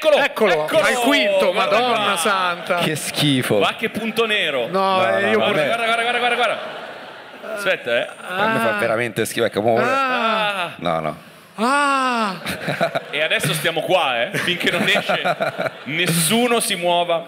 Eccolo. Al quinto, Madonna santa. Che schifo. Va che punto nero. No, io guarda. Aspetta, A me fa veramente schifo. Ecco, no. E adesso stiamo qua, finché non esce. Nessuno si muova.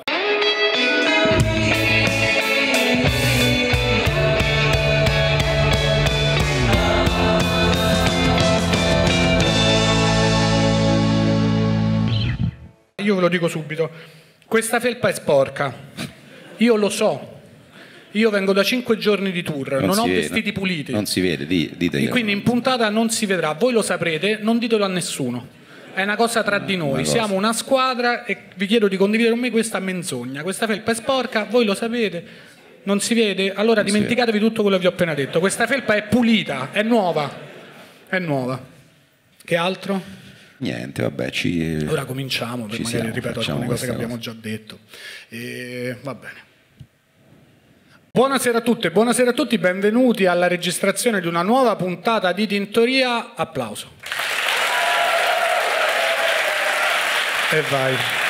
Io ve lo dico subito, questa felpa è sporca, io lo so, io vengo da 5 giorni di tour, non ho vestiti puliti. Non si vede, dite. Quindi in puntata non si vedrà, voi lo saprete, non ditelo a nessuno, è una cosa tra di noi, siamo una squadra e vi chiedo di condividere con me questa menzogna, questa felpa è sporca, voi lo sapete, non si vede, allora dimenticatevi tutto quello che vi ho appena detto, questa felpa è pulita, è nuova, che altro? Niente, vabbè, ora cominciamo, per magari ripeto alcune cose che abbiamo già detto. Va bene. Buonasera a tutte, buonasera a tutti, benvenuti alla registrazione di una nuova puntata di Tintoria. Applauso. E vai.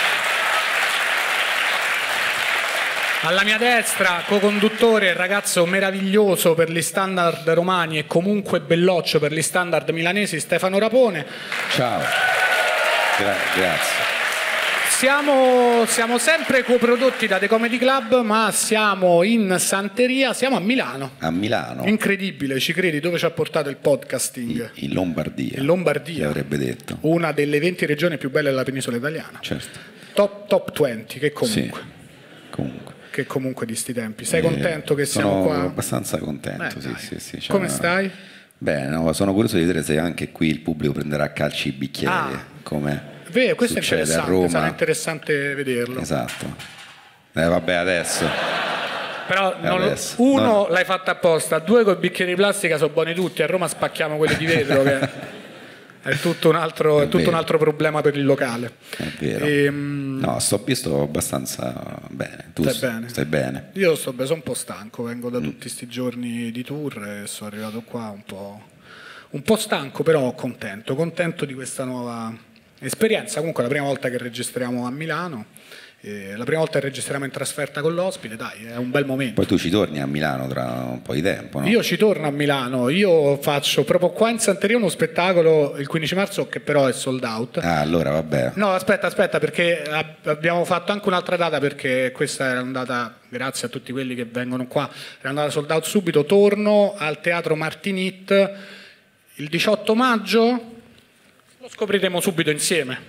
Alla mia destra, co-conduttore, ragazzo meraviglioso per gli standard romani e comunque belloccio per gli standard milanesi, Stefano Rapone. Ciao. Grazie. Siamo sempre coprodotti da The Comedy Club, ma siamo in Santeria, siamo a Milano. A Milano. Incredibile, ci credi? Dove ci ha portato il podcasting? In Lombardia. In Lombardia. Chi avrebbe detto? Una delle 20 regioni più belle della penisola italiana. Certo. Top 20, che comunque. Sì, comunque. Che comunque di sti tempi. Sei contento che siamo qua? Sono abbastanza contento, sì. Come stai? Bene, no, sono curioso di vedere se anche qui il pubblico prenderà a calci i bicchieri, come questo succede è interessante, a Roma. sarà interessante vederlo. Esatto. Vabbè, adesso. Però l'hai fatta apposta, 2 con i bicchieri di plastica sono buoni tutti, a Roma spacchiamo quelli di vetro che è tutto un altro problema per il locale. È vero. No, io sto abbastanza bene. Tu stai bene? Io sono un po' stanco, vengo da tutti questi giorni di tour e sono arrivato qua un po' stanco, però contento di questa nuova esperienza. Comunque è la prima volta che registriamo a Milano. La prima volta che registriamo in trasferta con l'ospite, dai, è un bel momento. Poi tu ci torni a Milano tra un po' di tempo, no? Io ci torno a Milano, io faccio proprio qua in Santeria uno spettacolo il 15 marzo che però è sold out. Ah, allora vabbè. No, aspetta, perché abbiamo fatto anche un'altra data, perché questa era andata, grazie a tutti quelli che vengono qua, era andata sold out subito. Torno al Teatro Martinit il 18 maggio, lo scopriremo subito insieme.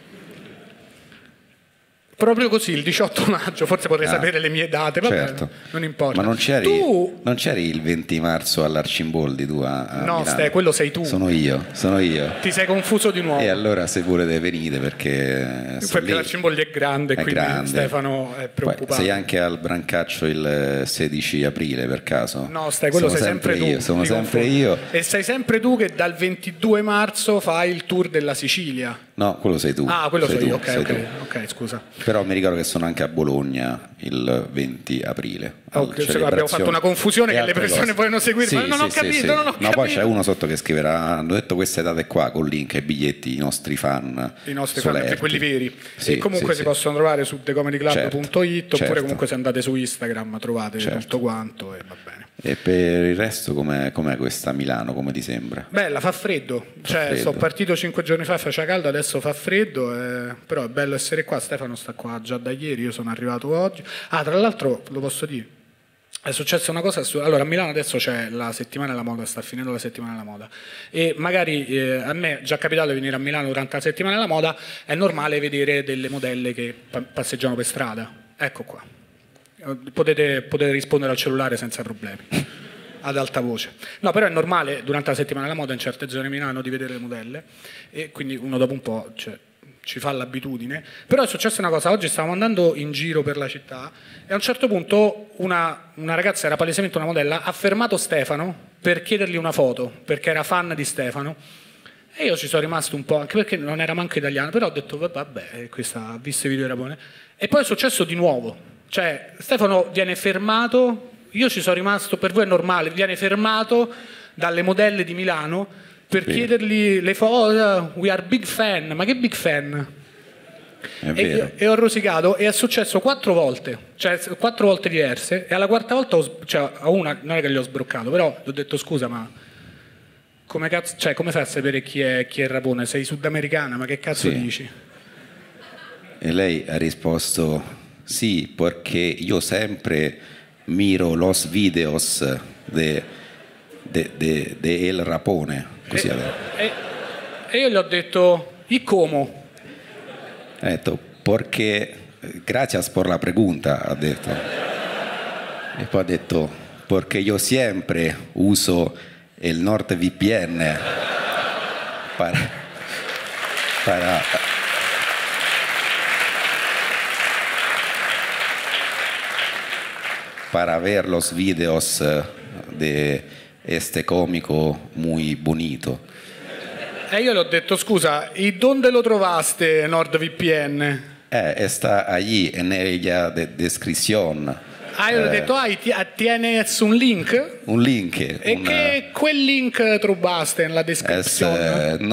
Proprio così, il 18 maggio, forse potrei sapere le mie date, vabbè, certo. Non importa. Ma non c'eri il 20 marzo all'Arcimboldi tu a No, Milano? quello sei tu. Sono io. Ti sei confuso di nuovo. E allora se volete venite perché l'Arcimboldi è grande, quindi grande. Stefano è preoccupato. Poi sei anche al Brancaccio il 16 aprile per caso? No, quello sei sempre tu. Sono sempre io. E sei sempre tu che dal 22 marzo fai il tour della Sicilia. No, quello sei tu. Ah, quello sei io, ok, scusa. Però mi ricordo che sono anche a Bologna il 20 aprile. Abbiamo fatto una confusione che le persone vogliono seguire. Ma non ho capito. No, poi c'è uno sotto che scriverà: hanno detto queste date qua con link e biglietti, i nostri fan. I nostri fan, anche quelli veri. E comunque si possono trovare su thecomedyclub.it oppure comunque se andate su Instagram trovate tutto quanto e va bene. E per il resto com'è questa Milano, come ti sembra? Bella, fa freddo. Sono partito 5 giorni fa, faceva caldo, adesso fa freddo, però è bello essere qua. Stefano sta qua già da ieri, io sono arrivato oggi. Tra l'altro lo posso dire, è successa una cosa allora a Milano adesso c'è la settimana della moda, sta finendo la settimana della moda e magari a me è già capitato di venire a Milano durante la settimana della moda, è normale vedere delle modelle che passeggiano per strada. Ecco qua, potete rispondere al cellulare senza problemi ad alta voce. No, però è normale durante la settimana della moda in certe zone di Milano di vedere le modelle e quindi uno dopo un po' ci fa l'abitudine. Però è successa una cosa, oggi stavamo andando in giro per la città e a un certo punto una ragazza, era palesemente una modella, ha fermato Stefano per chiedergli una foto, perché era fan di Stefano, e io ci sono rimasto un po', anche perché non era manco italiano, però ho detto vabbè, questa ha visto i video di Rapone. E poi è successo di nuovo, cioè Stefano viene fermato, io ci sono rimasto, per voi è normale, viene fermato dalle modelle di Milano per chiedergli le foto. We are big fan. Ma che big fan? È vero. E ho rosicato e è successo 4 volte, cioè 4 volte diverse, e alla quarta volta a una non è che gli ho sbroccato, però gli ho detto scusa, ma come cazzo, cioè, come fai a sapere chi è il rapone? Sei sudamericana, ma che cazzo dici? E lei ha risposto sì, perché io sempre miro los videos de El Rapone, così e io gli ho detto ¿y cómo? Ha detto perché gracias por la pregunta, ha detto. E poi ha detto perché io sempre uso il NordVPN para ver los videos de este cómico muy bonito. E io gli ho detto scusa, ¿y dónde lo trovaste NordVPN? Está allí en ella de descripción. Io gli ho detto, tienes un link? Un link. E che quel link trovaste nella descrizione? Es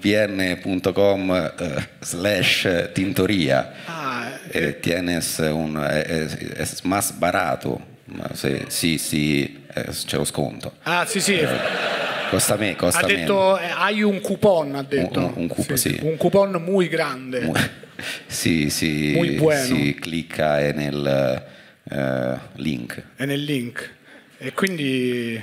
nordvpn.com/tintoria. Tienes es más barato. Sì, c'è lo sconto. Sì. Costa meno. Ha detto, hai un coupon, ha detto. Un coupon, sì. Un coupon muy grande. Sì, muy bueno. Si clicca nel link. È nel link. E quindi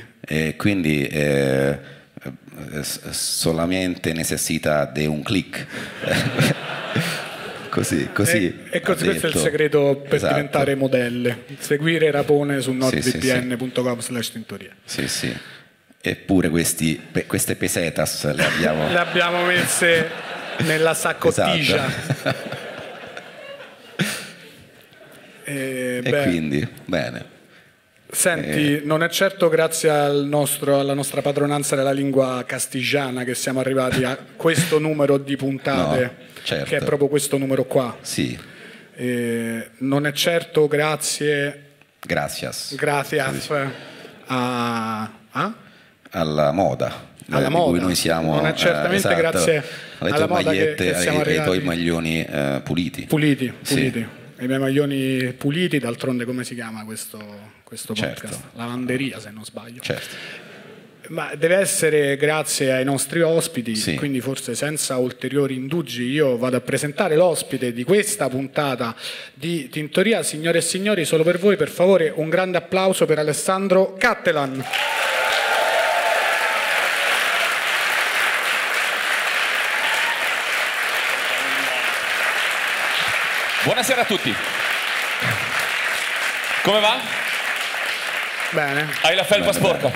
solamente necessita di un click. così e così questo è il segreto per diventare modelle, seguire Rapone su nordvpn.com/tintoria. Sì. Eppure queste pesetas le abbiamo messe nella saccottigia. Esatto. E quindi bene. Senti, non è certo grazie alla nostra padronanza della lingua castigiana che siamo arrivati a questo numero di puntate, no, certo. Che è proprio questo numero qua. Sì. Non è certo grazie alla moda. Alla moda. Di cui noi siamo, non è certamente grazie alla moda che siamo arrivati. Ai tuoi maglioni puliti. Puliti. I miei maglioni puliti, d'altronde come si chiama questo certo. podcast? Lavanderia, se non sbaglio. Certo. Ma deve essere grazie ai nostri ospiti, sì. Quindi forse senza ulteriori indugi io vado a presentare l'ospite di questa puntata di Tintoria. Signore e signori, solo per voi, per favore, un grande applauso per Alessandro Cattelan. Buonasera a tutti. Come va? Bene. Hai la felpa sporca?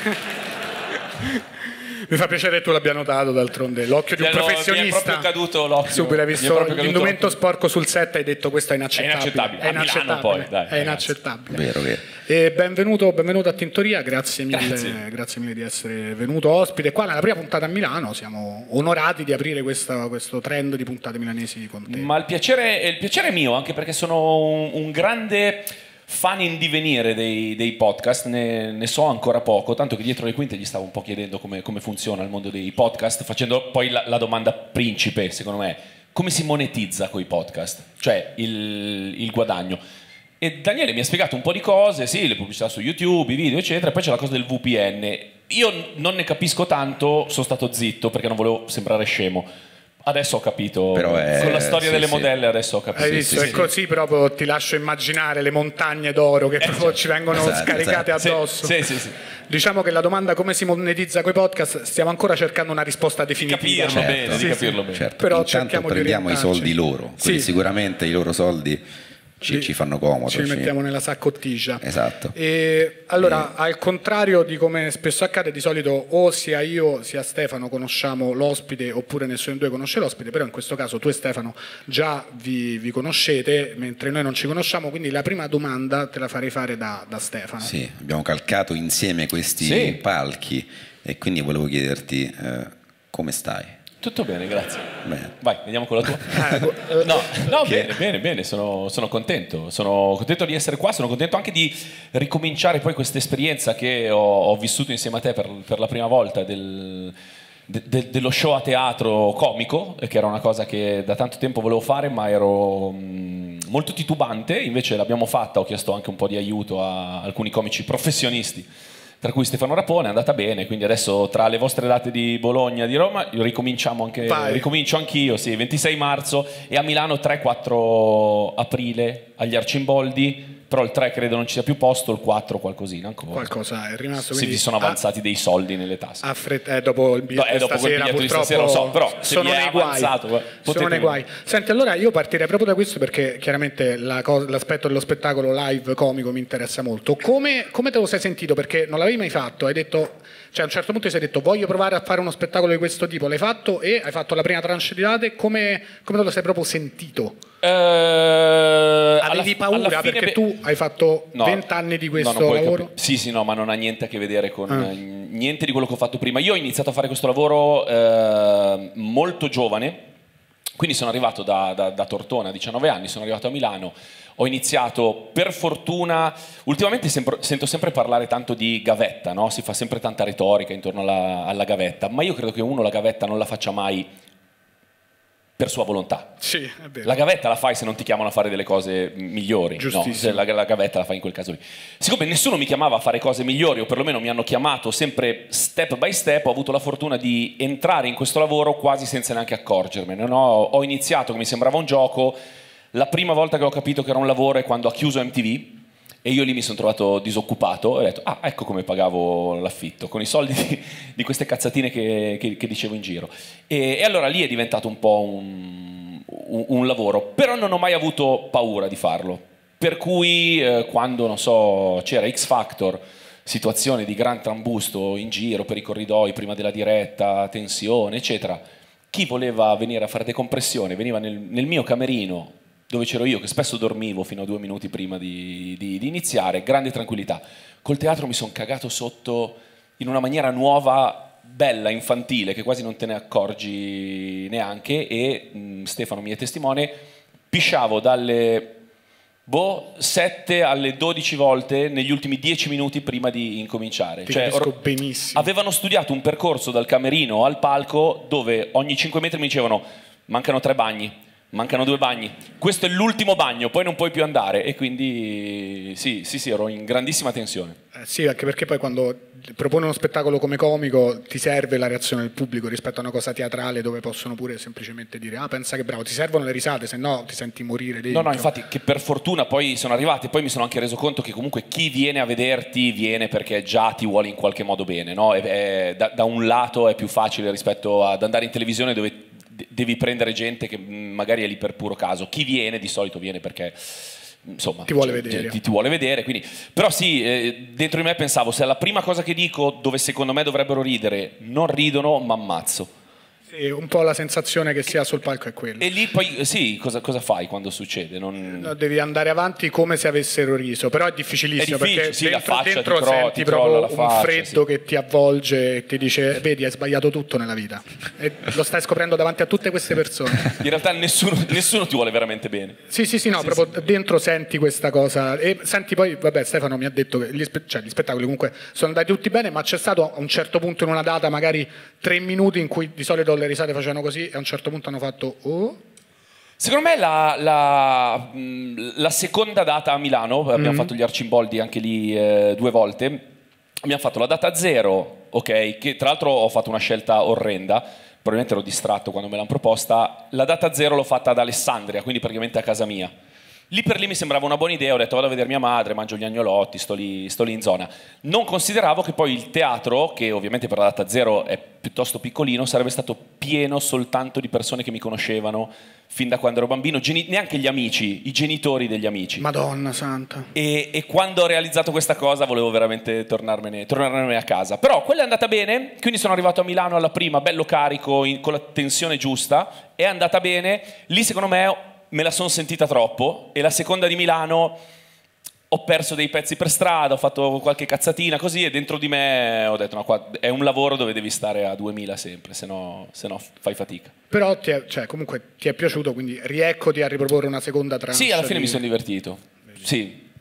Mi fa piacere che tu l'abbia notato, d'altronde. L'occhio di un professionista. Mi è proprio caduto l'occhio. Subito hai visto l'indumento sporco sul set e hai detto questo è inaccettabile. È inaccettabile. È inaccettabile. Vero. E benvenuto a Tintoria, grazie mille di essere venuto ospite. Qua nella prima puntata a Milano siamo onorati di aprire questo trend di puntate milanesi con te. Ma il piacere è mio, anche perché sono un grande fan in divenire dei podcast, ne so ancora poco, tanto che dietro le quinte gli stavo un po' chiedendo come funziona il mondo dei podcast, facendo poi la domanda principe, secondo me, come si monetizza coi podcast, cioè il guadagno. E Daniele mi ha spiegato un po' di cose, sì, le pubblicità su YouTube, i video, eccetera, poi c'è la cosa del VPN. Io non ne capisco tanto, sono stato zitto perché non volevo sembrare scemo. Adesso ho capito, con la storia delle modelle adesso ho capito. Hai visto, è così proprio, ti lascio immaginare le montagne d'oro che proprio ci vengono scaricate addosso. Sì. Diciamo che la domanda come si monetizza coi podcast stiamo ancora cercando una risposta definitiva. Di capirlo bene. Certo. Però intanto prendiamo i soldi loro, quindi sicuramente i loro soldi ci fanno comodo. Ci mettiamo nella saccottigia. Esatto. E allora, al contrario di come spesso accade, di solito o sia io sia Stefano conosciamo l'ospite oppure nessuno di due conosce l'ospite, però in questo caso tu e Stefano già vi conoscete, mentre noi non ci conosciamo, quindi la prima domanda te la farei fare da Stefano. Sì, abbiamo calcato insieme questi palchi e quindi volevo chiederti come stai? Tutto bene, grazie. Bene. Vai, vediamo con la tua. No, bene, sono contento. Sono contento di essere qua, sono contento anche di ricominciare poi questa esperienza che ho vissuto insieme a te per la prima volta dello show a teatro comico, che era una cosa che da tanto tempo volevo fare, ma ero molto titubante. Invece l'abbiamo fatta, ho chiesto anche un po' di aiuto a alcuni comici professionisti, tra cui Stefano Rapone, è andata bene, quindi adesso tra le vostre date di Bologna, di Roma, ricomincio anch'io, sì, 26 marzo, e a Milano 3-4 aprile agli Arcimboldi, però il 3 credo non ci sia più posto, il 4 qualcosina ancora. Qualcosa è rimasto. Se vi sono avanzati dei soldi nelle tasche. Dopo il biglietto di stasera, lo so, però sono nei guai. Sono nei guai. Senti, allora io partirei proprio da questo, perché chiaramente l'aspetto dello spettacolo live comico mi interessa molto. Come te lo sei sentito? Perché non l'avevi mai fatto, hai detto, cioè a un certo punto ti sei detto voglio provare a fare uno spettacolo di questo tipo, l'hai fatto e hai fatto la prima tranche di date, come te lo sei proprio sentito? Avevi paura perché tu hai fatto 20 anni di questo lavoro? Sì, no, ma non ha niente a che vedere con niente di quello che ho fatto prima. Io ho iniziato a fare questo lavoro molto giovane, quindi sono arrivato da Tortona a 19 anni, sono arrivato a Milano, ho iniziato, per fortuna, ultimamente sento sempre parlare tanto di gavetta, no? Si fa sempre tanta retorica intorno alla gavetta, ma io credo che uno la gavetta non la faccia mai per sua volontà. Sì, è vero. La gavetta la fai se non ti chiamano a fare delle cose migliori, no? Se la gavetta la fai in quel caso lì. Siccome nessuno mi chiamava a fare cose migliori, o perlomeno mi hanno chiamato sempre step by step, ho avuto la fortuna di entrare in questo lavoro quasi senza neanche accorgermene, no? Ho iniziato che mi sembrava un gioco. La prima volta che ho capito che era un lavoro è quando ha chiuso MTV, e io lì mi sono trovato disoccupato e ho detto, ecco come pagavo l'affitto, con i soldi di queste cazzatine che dicevo in giro. E allora lì è diventato un po' un lavoro, però non ho mai avuto paura di farlo. Per cui quando, non so, c'era X Factor, situazione di gran trambusto in giro per i corridoi, prima della diretta, tensione, eccetera, chi voleva venire a fare decompressione veniva nel mio camerino, dove c'ero io, che spesso dormivo fino a 2 minuti prima di iniziare, grande tranquillità. Col teatro mi sono cagato sotto in una maniera nuova, bella, infantile, che quasi non te ne accorgi neanche, e Stefano mi è testimone, pisciavo dalle 7 alle 12 volte negli ultimi 10 minuti prima di incominciare. Ti capisco benissimo. Avevano studiato un percorso dal camerino al palco dove ogni 5 metri mi dicevano mancano 3 bagni, mancano 2 bagni, questo è l'ultimo bagno, poi non puoi più andare, e quindi sì, ero in grandissima tensione. Sì, anche perché poi quando propone uno spettacolo come comico ti serve la reazione del pubblico rispetto a una cosa teatrale dove possono pure semplicemente dire pensa che bravo, ti servono le risate, se no ti senti morire dentro. No, infatti, che per fortuna poi sono arrivati, e poi mi sono anche reso conto che comunque chi viene a vederti viene perché già ti vuole in qualche modo bene, no? Da un lato è più facile rispetto ad andare in televisione dove devi prendere gente che magari è lì per puro caso. Chi viene di solito viene perché insomma ti vuole vedere, ti vuole vedere, quindi. Però sì, dentro di me pensavo, se alla prima cosa che dico, dove secondo me dovrebbero ridere, non ridono, m'ammazzo. Sì, un po' la sensazione che sia sul palco è quella. E lì poi sì, cosa fai quando succede? No, devi andare avanti come se avessero riso, però è difficilissimo, perché sì, dentro senti proprio un freddo che ti avvolge e ti dice vedi, hai sbagliato tutto nella vita, e lo stai scoprendo davanti a tutte queste persone. In realtà nessuno ti vuole veramente bene. Sì, proprio dentro senti questa cosa. E senti, poi vabbè, Stefano mi ha detto che gli spettacoli comunque sono andati tutti bene, ma c'è stato a un certo punto in una data magari 3 minuti in cui di solito le risate facevano così e a un certo punto hanno fatto Secondo me la seconda data a Milano, abbiamo fatto gli Arcimboldi anche lì 2 volte, abbiamo fatto la data 0, ok, che tra l'altro ho fatto una scelta orrenda, probabilmente ero distratto quando me l'hanno proposta. La data 0 l'ho fatta ad Alessandria, quindi praticamente a casa mia. Lì per lì mi sembrava una buona idea, ho detto vado a vedere mia madre, mangio gli agnolotti, sto lì in zona. Non consideravo che poi il teatro, che ovviamente per la data 0 è piuttosto piccolino, sarebbe stato pieno soltanto di persone che mi conoscevano fin da quando ero bambino, neanche gli amici, i genitori degli amici. Madonna santa. E quando ho realizzato questa cosa volevo veramente tornarmene a casa. Però quella è andata bene, quindi sono arrivato a Milano alla prima, bello carico, con la tensione giusta, è andata bene. Lì secondo me la sono sentita troppo, e la seconda di Milano ho perso dei pezzi per strada, ho fatto qualche cazzatina così, e dentro di me ho detto no, qua è un lavoro dove devi stare a 2000 sempre, se no fai fatica. Però comunque ti è piaciuto, quindi rieccoti a riproporre una seconda tranche. Sì, alla fine mi sono divertito. Sì,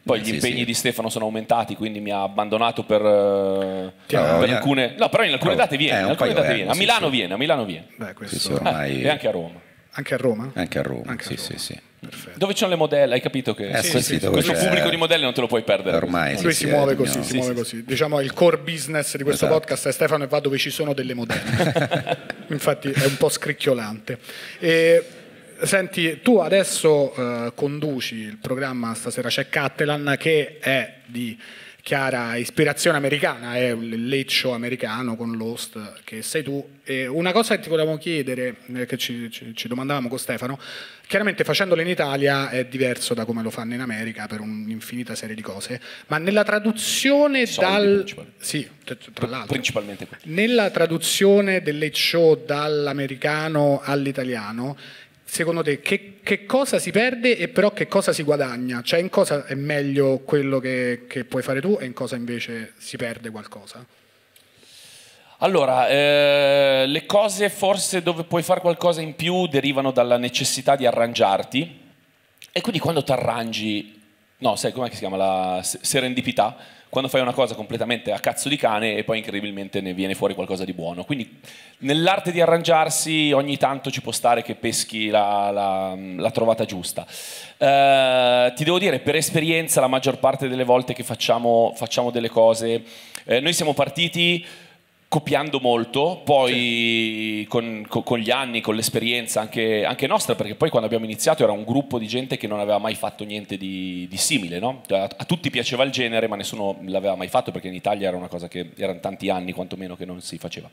Poi gli impegni di Stefano sono aumentati, quindi mi ha abbandonato per alcune... No, però in alcune date viene. A Milano viene, a Milano viene. Beh, questo... E anche a Roma. Anche a Roma? Anche a Roma, Anche a sì, Roma. sì. Perfetto. Dove ci sono le modelle, hai capito che questo pubblico di modelle non te lo puoi perdere. Ormai lui si muove così, si muove così. Diciamo il core business di questo podcast è Stefano e va dove ci sono delle modelle. Infatti è un po' scricchiolante. Senti, tu adesso conduci il programma Stasera c'è Cattelan, che è di chiara ispirazione americana, è il late show americano con l'host che sei tu. E una cosa che ti volevamo chiedere, che ci domandavamo con Stefano, chiaramente facendolo in Italia è diverso da come lo fanno in America per un'infinita serie di cose, ma nella traduzione sì, tra l'altro, principalmente nella traduzione del late show dall'americano all'italiano, secondo te che cosa si perde e però che cosa si guadagna? Cioè in cosa è meglio quello che puoi fare tu e in cosa invece si perde qualcosa? Allora, le cose forse dove puoi fare qualcosa in più derivano dalla necessità di arrangiarti, e quindi quando ti arrangi, no, sai com'è che si chiama la serendipità? Quando fai una cosa completamente a cazzo di cane e poi incredibilmente ne viene fuori qualcosa di buono. Quindi nell'arte di arrangiarsi ogni tanto ci può stare che peschi la trovata giusta. Ti devo dire, per esperienza, la maggior parte delle volte che facciamo delle cose, noi siamo partiti copiando molto, poi con gli anni, con l'esperienza anche nostra, perché poi quando abbiamo iniziato era un gruppo di gente che non aveva mai fatto niente di simile, no? A tutti piaceva il genere, ma nessuno l'aveva mai fatto, perché in Italia era una cosa che erano tanti anni quantomeno che non si faceva.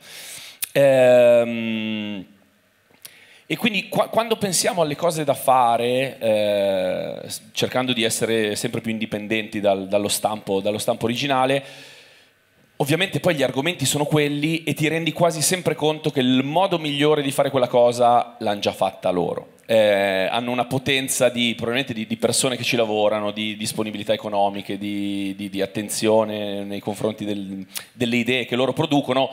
E quindi quando pensiamo alle cose da fare, cercando di essere sempre più indipendenti dallo stampo originale, ovviamente poi gli argomenti sono quelli e ti rendi quasi sempre conto che il modo migliore di fare quella cosa l'hanno già fatta loro. Hanno una potenza probabilmente di persone che ci lavorano, di disponibilità economiche, di attenzione nei confronti delle idee che loro producono,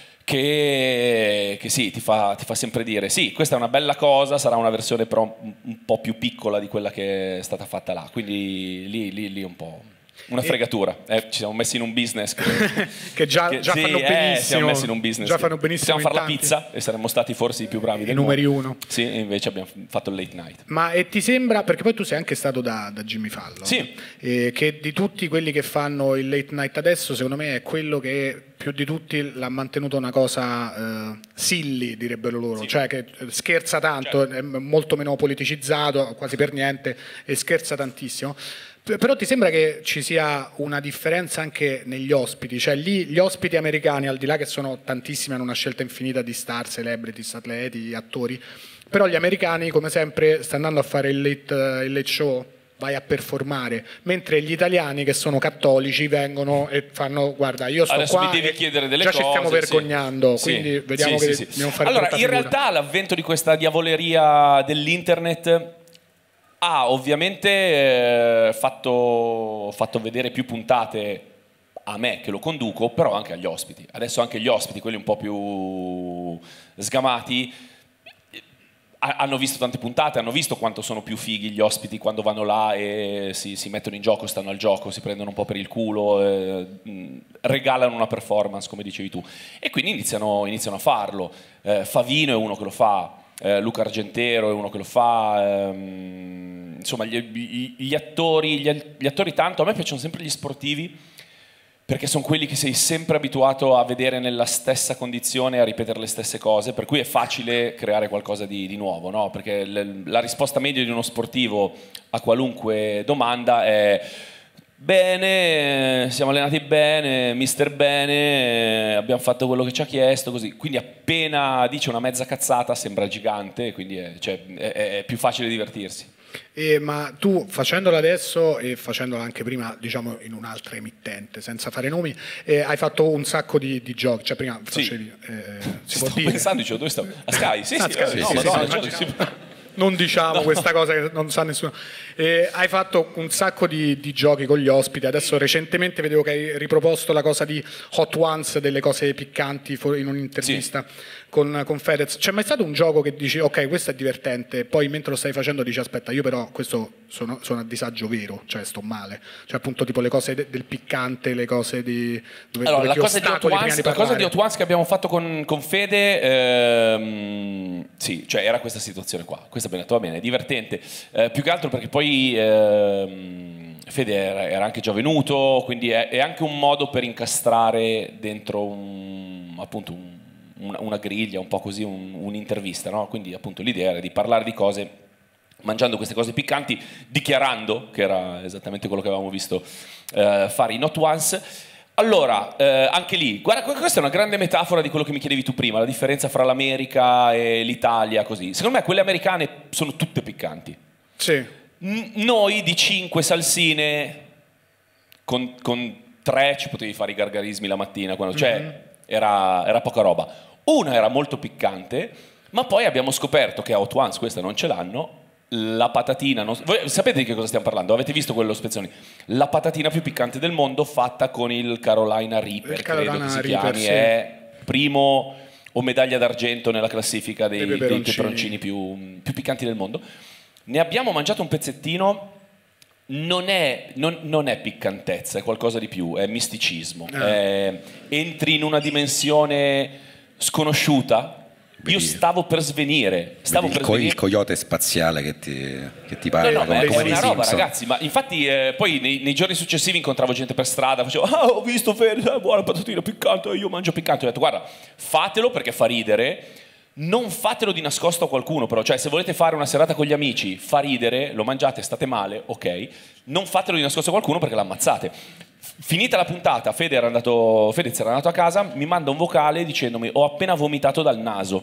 che sì, ti fa sempre dire sì, questa è una bella cosa, sarà una versione però un po' più piccola di quella che è stata fatta là. Quindi lì un po'... una fregatura, ci siamo messi in un business che già fanno benissimo. Siamo messi in un business. Già fanno benissimo. Possiamo fare la pizza e saremmo stati forse i più bravi del numeri mondo. uno. Sì, e invece abbiamo fatto il late night. Ma ti sembra, perché poi tu sei anche stato da Jimmy Fallon, sì, che di tutti quelli che fanno il late night adesso, secondo me è quello che più di tutti l'ha mantenuto una cosa silly, direbbero loro, cioè che scherza tanto, certo, è molto meno politicizzato, quasi per niente, e scherza tantissimo. Però ti sembra che ci sia una differenza anche negli ospiti? Cioè lì gli ospiti americani, al di là che sono tantissimi, hanno una scelta infinita di star, celebrities, atleti, attori, però gli americani, come sempre, stanno andando a fare il late show, vai a performare, mentre gli italiani, che sono cattolici, vengono e fanno, guarda, io sto adesso qua mi devi chiedere delle già cose, ci stiamo vergognando, sì, quindi vediamo che dobbiamo fare. Allora, in realtà l'avvento di questa diavoleria dell'internet ha ovviamente fatto vedere più puntate a me che lo conduco, però anche agli ospiti. Adesso anche gli ospiti, quelli un po' più sgamati, hanno visto tante puntate, hanno visto quanto sono più fighi gli ospiti quando vanno là e si mettono in gioco, stanno al gioco, si prendono un po' per il culo, regalano una performance, come dicevi tu. E quindi iniziano a farlo. Favino è uno che lo fa. Luca Argentero è uno che lo fa, insomma gli attori tanto. A me piacciono sempre gli sportivi, perché sono quelli che sei sempre abituato a vedere nella stessa condizione, a ripetere le stesse cose, per cui è facile creare qualcosa di nuovo, no? Perché la risposta media di uno sportivo a qualunque domanda è: bene, siamo allenati bene, mister bene, abbiamo fatto quello che ci ha chiesto, così. Quindi appena dice una mezza cazzata sembra gigante, quindi è più facile divertirsi. Ma tu, facendola adesso e facendola anche prima, diciamo in un'altra emittente, senza fare nomi, hai fatto un sacco di giochi, cioè prima facevi, si può dire? Pensando, dicevo, dove stavo? A Sky? Sì, Sky, sì, no, Madonna, sì, Non diciamo questa cosa che non sa nessuno. Hai fatto un sacco di giochi con gli ospiti. Adesso recentemente vedevo che hai riproposto la cosa di Hot Ones, delle cose piccanti in un'intervista con Fedez. C'è mai stato un gioco che dici ok, questo è divertente, poi mentre lo stai facendo dici aspetta, io però questo sono a disagio vero, cioè sto male. Cioè appunto tipo le cose del piccante, le cose di... Allora, la cosa di Hot Ones che abbiamo fatto con Fede, sì, cioè era questa situazione qua. Questa va bene, è divertente. Più che altro perché poi Fede era anche già venuto, quindi è anche un modo per incastrare dentro una griglia, un po' così, un'intervista, no? Quindi appunto l'idea era di parlare di cose mangiando queste cose piccanti, dichiarando, che era esattamente quello che avevamo visto fare in Hot Ones. Allora, anche lì, guarda, questa è una grande metafora di quello che mi chiedevi tu prima, la differenza fra l'America e l'Italia, così. Secondo me quelle americane sono tutte piccanti. Sì. Noi di 5 salsine, con 3 ci potevi fare i gargarismi la mattina, cioè era poca roba. Una era molto piccante, ma poi abbiamo scoperto che a Hot Ones questa non ce l'hanno. La patatina, voi sapete di che cosa stiamo parlando? Avete visto quello spezzoni? La patatina più piccante del mondo fatta con il Carolina Reaper, credo che si chiami, è primo o medaglia d'argento nella classifica dei peperoncini più piccanti del mondo. Ne abbiamo mangiato un pezzettino, non è piccantezza, è qualcosa di più, è misticismo. Entri in una dimensione sconosciuta. Io stavo per svenire. Il coyote spaziale che ti pare come è una roba, ragazzi. Ma infatti poi nei giorni successivi incontravo gente per strada, facevo ho visto Fede, buona patatina piccante, io mangio piccante. Ho detto guarda, fatelo perché fa ridere. Non fatelo di nascosto a qualcuno, però, cioè se volete fare una serata con gli amici, fa ridere, lo mangiate, state male, ok. Non fatelo di nascosto a qualcuno perché l'ammazzate. Finita la puntata, Fedez era andato a casa, mi manda un vocale dicendomi ho appena vomitato dal naso.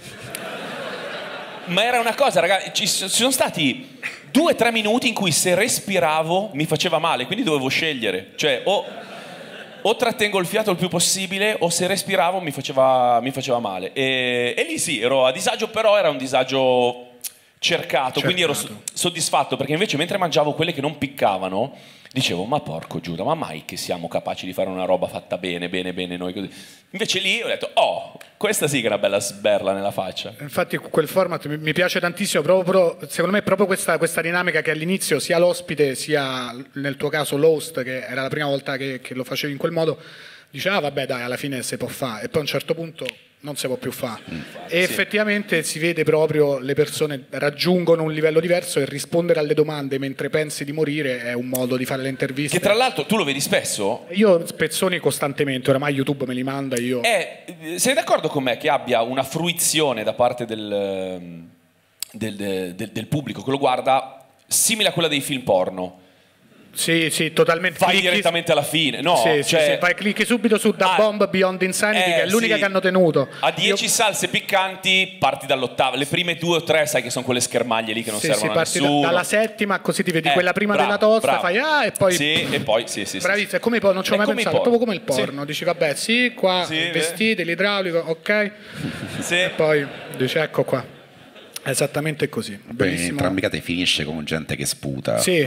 Ma era una cosa, ragazzi, ci sono stati 2-3 minuti in cui se respiravo mi faceva male, quindi dovevo scegliere, cioè o trattengo il fiato il più possibile o se respiravo mi faceva male. E lì sì, ero a disagio, però era un disagio cercato. Quindi ero soddisfatto, perché invece mentre mangiavo quelle che non piccavano dicevo ma porco Giuda, ma mai che siamo capaci di fare una roba fatta bene noi così. Invece lì ho detto questa sì che è una bella sberla nella faccia. Infatti quel format mi piace tantissimo, proprio, secondo me proprio questa dinamica che all'inizio sia l'ospite sia nel tuo caso l'host, che era la prima volta che lo facevi in quel modo, diceva vabbè dai, alla fine si può fare, e poi a un certo punto non si può più fare. E effettivamente si vede proprio le persone raggiungono un livello diverso e rispondere alle domande mentre pensi di morire è un modo di fare le interviste. Che tra l'altro tu lo vedi spesso? Io spezzoni costantemente, oramai YouTube me li manda io. Sei d'accordo con me che abbia una fruizione da parte del pubblico che lo guarda simile a quella dei film porno? Sì, totalmente. Vai direttamente alla fine, no? Sì, vai, clicchi subito su The Bomb Beyond Insanity, che è l'unica che hanno tenuto. A 10 salse piccanti parti dall'ottava. Le prime 2 o 3 sai che sono quelle schermaglie lì che non servono a nessuno. Dalla settima, così ti vedi quella prima della tosta, fai e poi... Sì. Bravissimo, è come non ci ho mai pensato, è proprio come il porno. Dici vabbè, qua vestiti, l'idraulico, ok. E poi dici ecco qua. Esattamente così. Poi in entrambi i casi finisce con gente che sputa. Sì.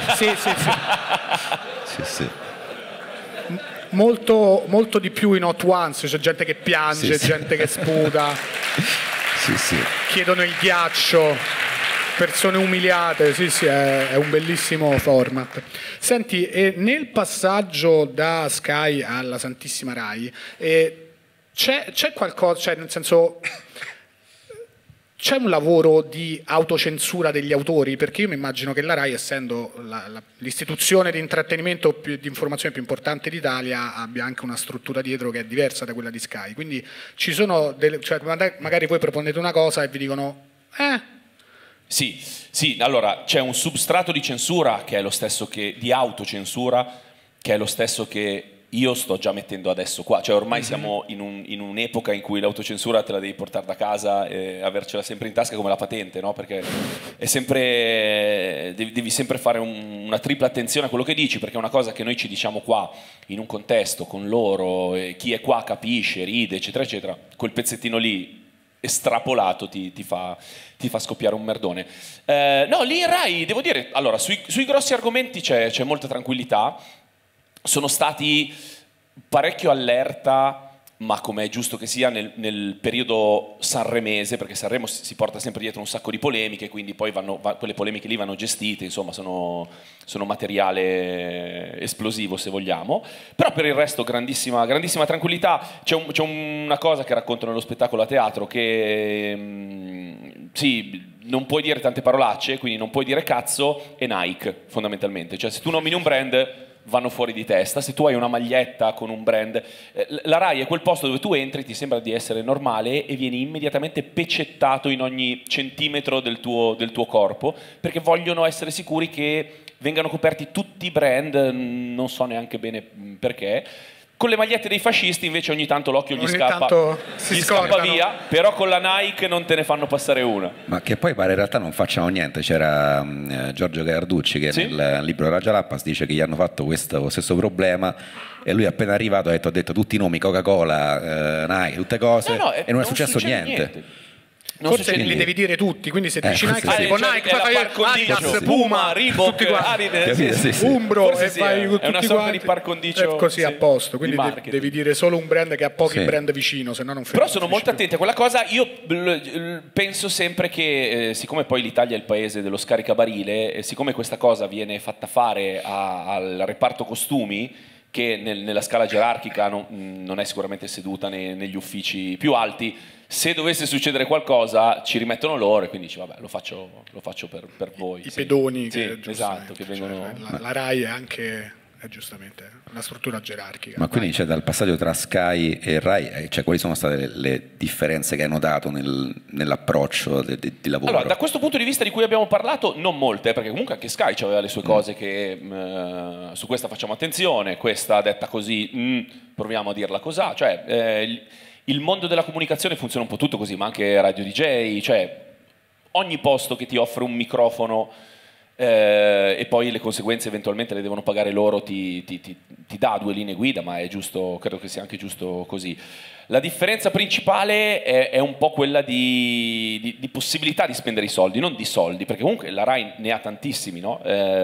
Molto di più in Hot Ones, c'è gente che piange, gente che sputa. Chiedono il ghiaccio, persone umiliate. È un bellissimo format. Senti, nel passaggio da Sky alla Santissima Rai c'è qualcosa, cioè nel senso... C'è un lavoro di autocensura degli autori? Perché io mi immagino che la RAI, essendo l'istituzione di intrattenimento di informazione più importante d'Italia, abbia anche una struttura dietro che è diversa da quella di Sky. Quindi ci sono cioè magari voi proponete una cosa e vi dicono Sì, allora c'è un substrato di censura che è lo stesso di autocensura, che è lo stesso che io sto già mettendo adesso qua, cioè ormai siamo in un'epoca in cui l'autocensura te la devi portare da casa e avercela sempre in tasca come la patente, no? Perché è sempre, devi sempre fare una tripla attenzione a quello che dici, perché è una cosa che noi ci diciamo qua in un contesto con loro, e chi è qua capisce, ride, eccetera, eccetera. Quel pezzettino lì estrapolato ti fa scoppiare un merdone. No, lì in Rai, devo dire, allora, sui grossi argomenti c'è molta tranquillità, sono stati parecchio allerta, ma come è giusto che sia nel periodo sanremese, perché Sanremo si porta sempre dietro un sacco di polemiche, quindi poi quelle polemiche lì vanno gestite, insomma sono materiale esplosivo se vogliamo, però per il resto grandissima tranquillità. C'è una cosa che racconto nello spettacolo a teatro che sì, non puoi dire tante parolacce, quindi non puoi dire cazzo e Nike fondamentalmente, cioè se tu nomini un brand vanno fuori di testa. Se tu hai una maglietta con un brand, la Rai è quel posto dove tu entri, ti sembra di essere normale e vieni immediatamente pecettato in ogni centimetro del tuo corpo, perché vogliono essere sicuri che vengano coperti tutti i brand, non so neanche bene perché. Con le magliette dei fascisti invece ogni tanto l'occhio gli scappa via, però con la Nike non te ne fanno passare una. Ma che poi pare in realtà non facciano niente. C'era Giorgio Gaarducci che nel libro Raja Lappas dice che gli hanno fatto questo stesso problema e lui appena arrivato ha detto tutti i nomi, Coca-Cola, Nike, tutte cose, e non è successo niente. Forse li devi dire tutti, quindi se dici Nike, tipo Nike, fai Adidas, Puma, Reebok, Umbro e vai tutti è una sorta di par condicio così a posto, quindi devi dire solo un brand che ha pochi brand vicino, se no non fai. Però sono molto attenti a quella cosa. Io penso sempre che siccome poi l'Italia è il paese dello scaricabarile, siccome questa cosa viene fatta fare al reparto costumi, che nella scala gerarchica non è sicuramente seduta negli uffici più alti, se dovesse succedere qualcosa ci rimettono loro e quindi dici vabbè lo faccio per voi. I pedoni che, esatto, che vengono... la Rai è anche giustamente una struttura gerarchica. Ma quindi dal passaggio tra Sky e Rai, quali sono state le differenze che hai notato nell'approccio di lavoro? Allora, da questo punto di vista di cui abbiamo parlato, non molte, perché comunque anche Sky aveva le sue cose che su questa facciamo attenzione, questa detta così, proviamo a dirla così, cioè il mondo della comunicazione funziona un po' tutto così, ma anche radio DJ, cioè ogni posto che ti offre un microfono e poi le conseguenze eventualmente le devono pagare loro, ti dà 2 linee guida, ma è giusto, credo che sia anche giusto così. La differenza principale è un po' quella di possibilità di spendere i soldi, non di soldi, perché comunque la Rai ne ha tantissimi, no?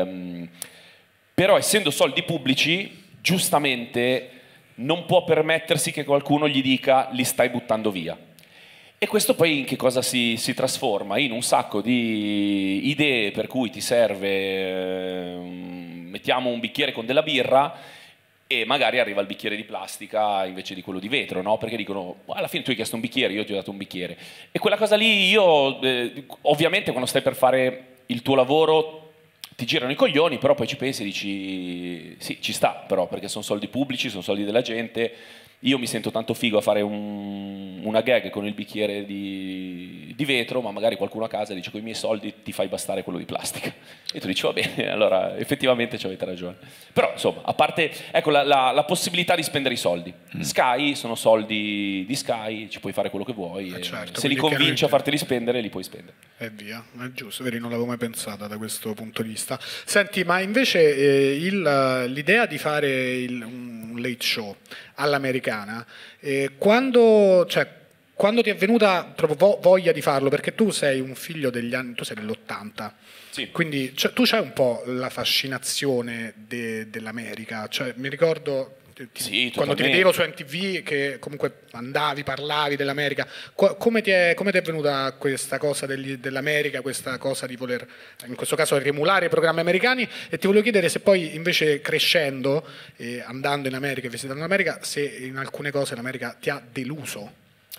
Però essendo soldi pubblici, giustamente non può permettersi che qualcuno gli dica li stai buttando via. E questo poi in che cosa si trasforma? In un sacco di idee per cui ti serve, mettiamo un bicchiere con della birra e magari arriva il bicchiere di plastica invece di quello di vetro, no? Perché dicono, alla fine tu hai chiesto un bicchiere, io ti ho dato un bicchiere. E quella cosa lì io, ovviamente quando stai per fare il tuo lavoro ti girano i coglioni, però poi ci pensi e dici, sì, ci sta però, perché sono soldi pubblici, sono soldi della gente. Io mi sento tanto figo a fare una gag con il bicchiere di vetro, ma magari qualcuno a casa dice con i miei soldi ti fai bastare quello di plastica. E tu dici va bene, allora effettivamente ci avete ragione. Però insomma, a parte ecco, la possibilità di spendere i soldi. Sky sono soldi di Sky, ci puoi fare quello che vuoi. Certo, se li convinci a farteli spendere, li puoi spendere. E via, è giusto, vedi, non l'avevo mai pensata da questo punto di vista. Senti, ma invece l'idea di fare un late show all'americana, quando ti è venuta proprio voglia di farlo? Perché tu sei un figlio degli anni, tu sei dell'80, sì. Quindi tu c'hai un po' la fascinazione dell'America, cioè mi ricordo sì, quando ti vedevo su MTV che comunque andavi, parlavi dell'America, come ti è venuta questa cosa dell'America, questa cosa di voler in questo caso riemulare i programmi americani, e ti volevo chiedere se poi invece crescendo, andando in America e visitando l'America, se in alcune cose l'America ti ha deluso.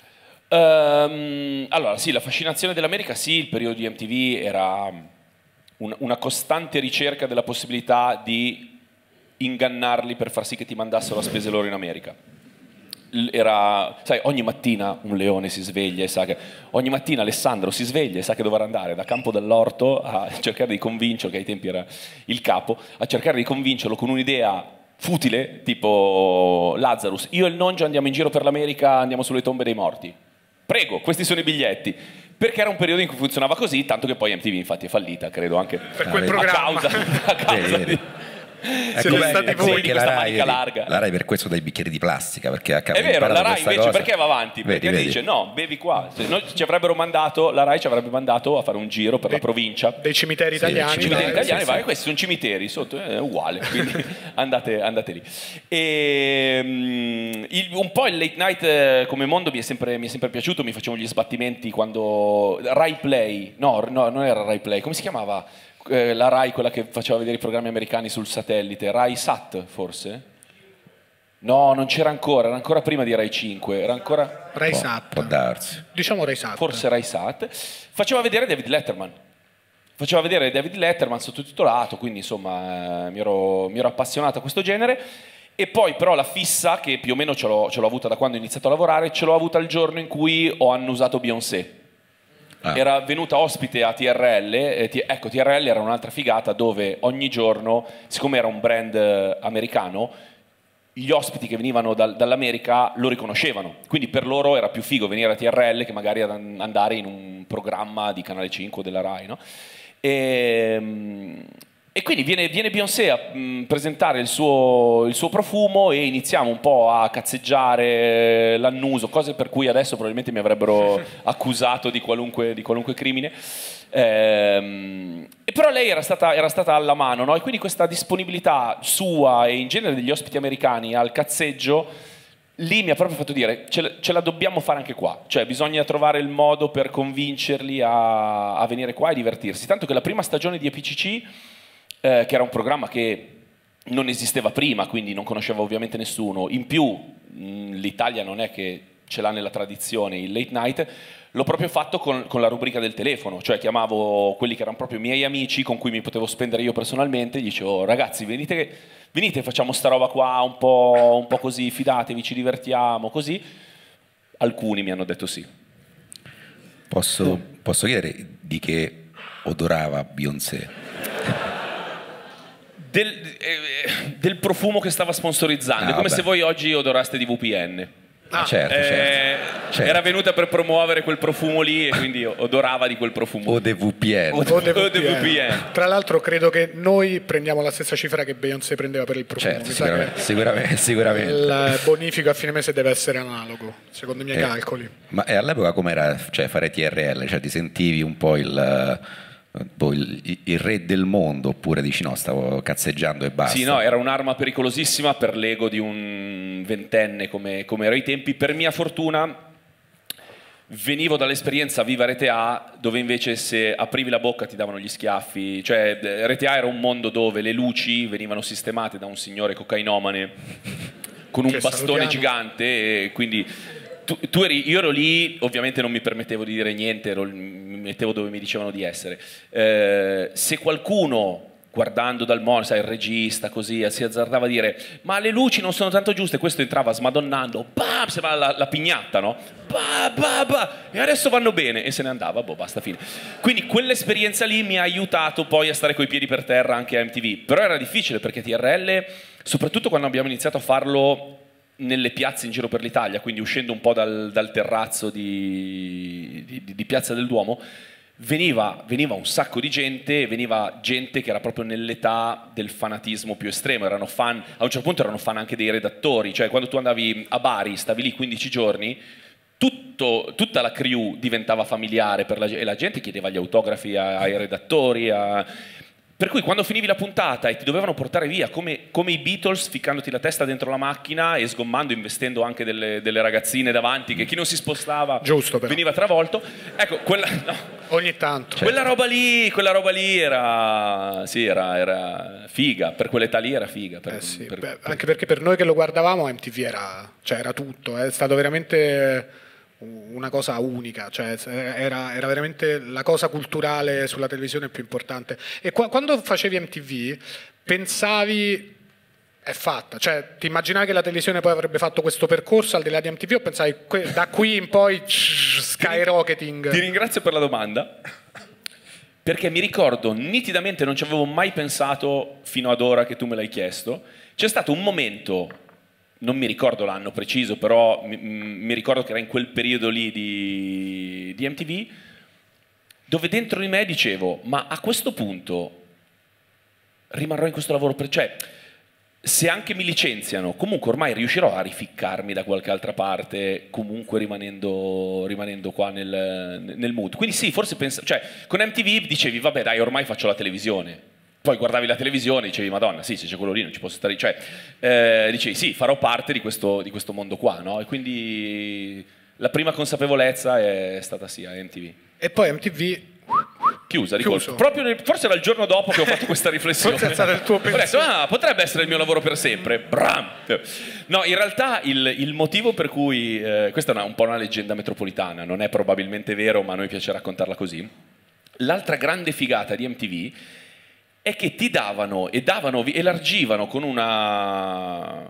Allora sì, la fascinazione dell'America sì, il periodo di MTV era una costante ricerca della possibilità di ingannarli per far sì che ti mandassero a spese loro in America. Sai, ogni mattina un leone si sveglia e sa che ogni mattina Alessandro si sveglia e sa che dovrà andare da Campo dell'Orto a cercare di convincerlo, che ai tempi era il capo, a cercare di convincerlo con un'idea futile, tipo Lazarus, io e il nonno andiamo in giro per l'America, andiamo sulle tombe dei morti. Prego, questi sono i biglietti. Perché era un periodo in cui funzionava così, tanto che poi MTV infatti è fallita, credo anche per quel programma. a causa di... Siete stati voi. Di questa manica larga. La Rai per questo dai bicchieri di plastica, perché è vero, la Rai invece cosa. Perché va avanti? Perché dice no, bevi qua. La Rai ci avrebbe mandato a fare un giro per la provincia. Dei cimiteri italiani. Cimiteri italiani, vai, questi sono cimiteri, sotto è uguale, quindi andate lì. Un po' il late night come mondo mi è sempre piaciuto, mi facevo gli sbattimenti quando Rai Play, no, non era Rai Play, come si chiamava? La Rai, quella che faceva vedere i programmi americani sul satellite, Rai Sat forse? No, non c'era ancora, era ancora prima di Rai 5, era ancora... Rai Sat. Può darsi. Diciamo Rai Sat. Forse Rai Sat. Faceva vedere David Letterman sottotitolato, quindi insomma mi ero appassionato a questo genere. E poi però la fissa, che più o meno ce l'ho avuta da quando ho iniziato a lavorare, ce l'ho avuta il giorno in cui ho annusato Beyoncé. Era venuta ospite a TRL, ecco, TRL era un'altra figata dove ogni giorno, siccome era un brand americano, gli ospiti che venivano dall'America lo riconoscevano, quindi per loro era più figo venire a TRL che magari andare in un programma di Canale 5 o della Rai, no? E quindi viene Beyoncé a presentare il suo profumo e iniziamo un po' a cazzeggiare l'annuso, cose per cui adesso probabilmente mi avrebbero accusato di qualunque crimine. E però lei era stata alla mano, no? E quindi questa disponibilità sua e in genere degli ospiti americani al cazzeggio lì mi ha proprio fatto dire ce la dobbiamo fare anche qua, cioè bisogna trovare il modo per convincerli a venire qua e divertirsi, tanto che la prima stagione di EPCC, che era un programma che non esisteva prima, quindi non conosceva ovviamente nessuno, in più l'Italia non è che ce l'ha nella tradizione il late night, l'ho proprio fatto con la rubrica del telefono, cioè chiamavo quelli che erano proprio miei amici con cui mi potevo spendere io personalmente, gli dicevo ragazzi venite facciamo sta roba qua un po' così, fidatevi, ci divertiamo, così. Alcuni mi hanno detto sì. Posso chiedere di che odorava Beyoncé? Del profumo che stava sponsorizzando, è come se voi oggi odoraste di VPN. Certo. Era venuta per promuovere quel profumo lì e quindi odorava di quel profumo. O de VPN. O de VPN. Tra l'altro credo che noi prendiamo la stessa cifra che Beyoncé prendeva per il profumo. Certo, sicuramente. Il bonifico a fine mese deve essere analogo, secondo i miei calcoli. Ma all'epoca com'era, cioè, fare TRL? Cioè, ti sentivi un po' il re del mondo, oppure dici no, stavo cazzeggiando e basta? Sì, no, era un'arma pericolosissima per l'ego di un ventenne come ero ai tempi. Per mia fortuna venivo dall'esperienza Viva RTA, dove invece se aprivi la bocca ti davano gli schiaffi, cioè RTA era un mondo dove le luci venivano sistemate da un signore cocainomane con un bastone gigante, e quindi io ero lì, ovviamente non mi permettevo di dire niente, mi mettevo dove mi dicevano di essere. Se qualcuno, guardando dal monitor, sai, il regista così, si azzardava a dire ma le luci non sono tanto giuste, questo entrava smadonnando, bam, sembrava la pignatta, no? E adesso vanno bene, e se ne andava, basta, fine. Quindi quell'esperienza lì mi ha aiutato poi a stare coi piedi per terra anche a MTV, però era difficile perché TRL, soprattutto quando abbiamo iniziato a farlo nelle piazze in giro per l'Italia, quindi uscendo un po' dal terrazzo di Piazza del Duomo, veniva un sacco di gente, veniva gente che era proprio nell'età del fanatismo più estremo, erano fan, a un certo punto erano fan anche dei redattori, cioè quando tu andavi a Bari, stavi lì 15 giorni, tutta la crew diventava familiare e la gente chiedeva gli autografi ai redattori, per cui quando finivi la puntata e ti dovevano portare via come i Beatles, ficcandoti la testa dentro la macchina e sgommando, investendo anche delle ragazzine davanti, che chi non si spostava veniva travolto. Ecco, ogni tanto. Quella roba lì era figa, per quell'età lì era figa. Anche perché per noi che lo guardavamo MTV era tutto, è stato veramente una cosa unica, cioè era veramente la cosa culturale sulla televisione più importante. E quando facevi MTV pensavi è fatta, cioè ti immaginavi che la televisione poi avrebbe fatto questo percorso al di là di MTV, o pensavi da qui in poi skyrocketing? Ti ringrazio per la domanda, perché mi ricordo nitidamente, non ci avevo mai pensato fino ad ora che tu me l'hai chiesto. C'è stato un momento, non mi ricordo l'anno preciso, però mi ricordo che era in quel periodo lì di MTV, dove dentro di me dicevo, ma a questo punto rimarrò in questo lavoro cioè, se anche mi licenziano, comunque ormai riuscirò a rificcarmi da qualche altra parte, comunque rimanendo qua nel mood. Quindi sì, forse cioè, con MTV dicevi, vabbè dai, ormai faccio la televisione. Poi guardavi la televisione e dicevi, Madonna, sì, se c'è quello lì non ci posso stare. Cioè, dicevi, sì, farò parte di questo mondo qua, no? E quindi la prima consapevolezza è stata sì, a MTV. E poi MTV... Chiusa di colpo. Forse era il giorno dopo che ho fatto questa riflessione. Forse è stato il tuo pensiero. Ho detto, potrebbe essere il mio lavoro per sempre. Bram! No, in realtà il motivo per cui... questa è un po' una leggenda metropolitana, non è probabilmente vero, ma a noi piace raccontarla così. L'altra grande figata di MTV è che ti davano elargivano con una...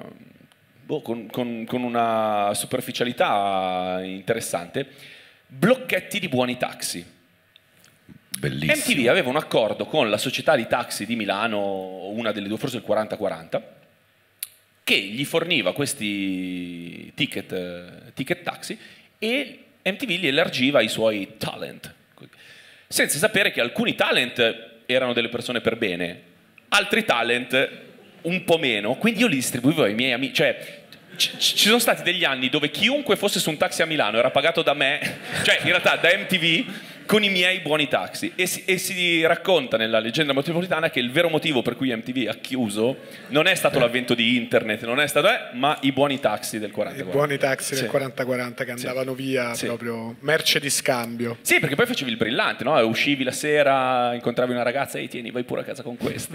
con una superficialità interessante, blocchetti di buoni taxi. Bellissimo. MTV aveva un accordo con la società di taxi di Milano, una delle due, forse il 4040, che gli forniva questi ticket taxi e MTV li elargiva ai suoi talent, senza sapere che alcuni talent erano delle persone per bene, altri talent un po' meno, quindi io li distribuivo ai miei amici, cioè ci sono stati degli anni dove chiunque fosse su un taxi a Milano era pagato da me, cioè in realtà da MTV, con i miei buoni taxi, e si racconta nella leggenda metropolitana che il vero motivo per cui MTV ha chiuso non è stato l'avvento di internet, non è stato ma i buoni taxi del 40-40. I buoni taxi del 40-40 che andavano via, proprio merce di scambio. Sì, perché poi facevi il brillante, no? Uscivi la sera, incontravi una ragazza, ehi tieni, vai pure a casa con questo.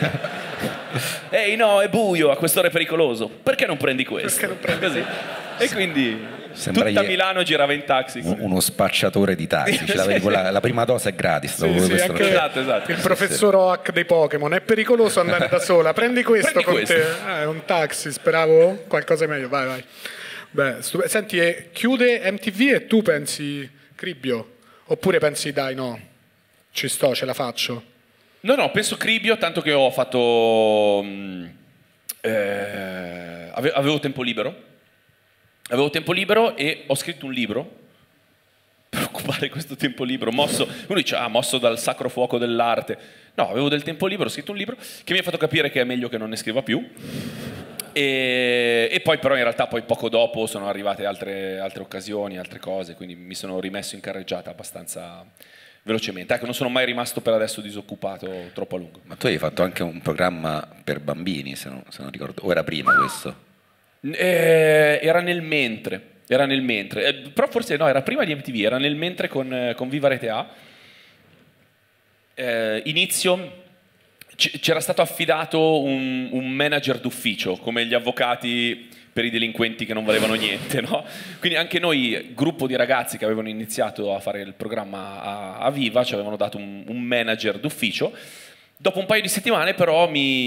Ehi no, è buio, a quest'ora è pericoloso, perché non prendi questo? Perché non prendi così? E quindi sembra tutta Milano girava in taxi. Uno spacciatore di taxi, ce l'avevi la prima dose è gratis. Sì, anche esatto. Il professor Oak dei Pokémon, è pericoloso andare da sola, prendi questo con te. È un taxi, speravo qualcosa meglio, vai. Beh, senti, chiude MTV e tu pensi, Cribbio, oppure pensi dai no, ci sto, ce la faccio? No, penso Cribbio, tanto che ho fatto... avevo tempo libero. Avevo tempo libero e ho scritto un libro per occupare questo tempo libero, mosso, uno dice, mosso dal sacro fuoco dell'arte. No, avevo del tempo libero, ho scritto un libro che mi ha fatto capire che è meglio che non ne scriva più. E poi però in realtà poi poco dopo sono arrivate altre occasioni, altre cose, quindi mi sono rimesso in carreggiata abbastanza velocemente. Ecco, non sono mai rimasto per adesso disoccupato troppo a lungo. Ma tu hai fatto anche un programma per bambini, se non ricordo, o era prima questo? Era nel mentre, però forse no, era prima di MTV, era nel mentre con Viva Rete A. Inizio, c'era stato affidato un manager d'ufficio, come gli avvocati per i delinquenti che non valevano niente, no? Quindi anche noi, gruppo di ragazzi che avevano iniziato a fare il programma a Viva, ci avevano dato un manager d'ufficio. Dopo un paio di settimane però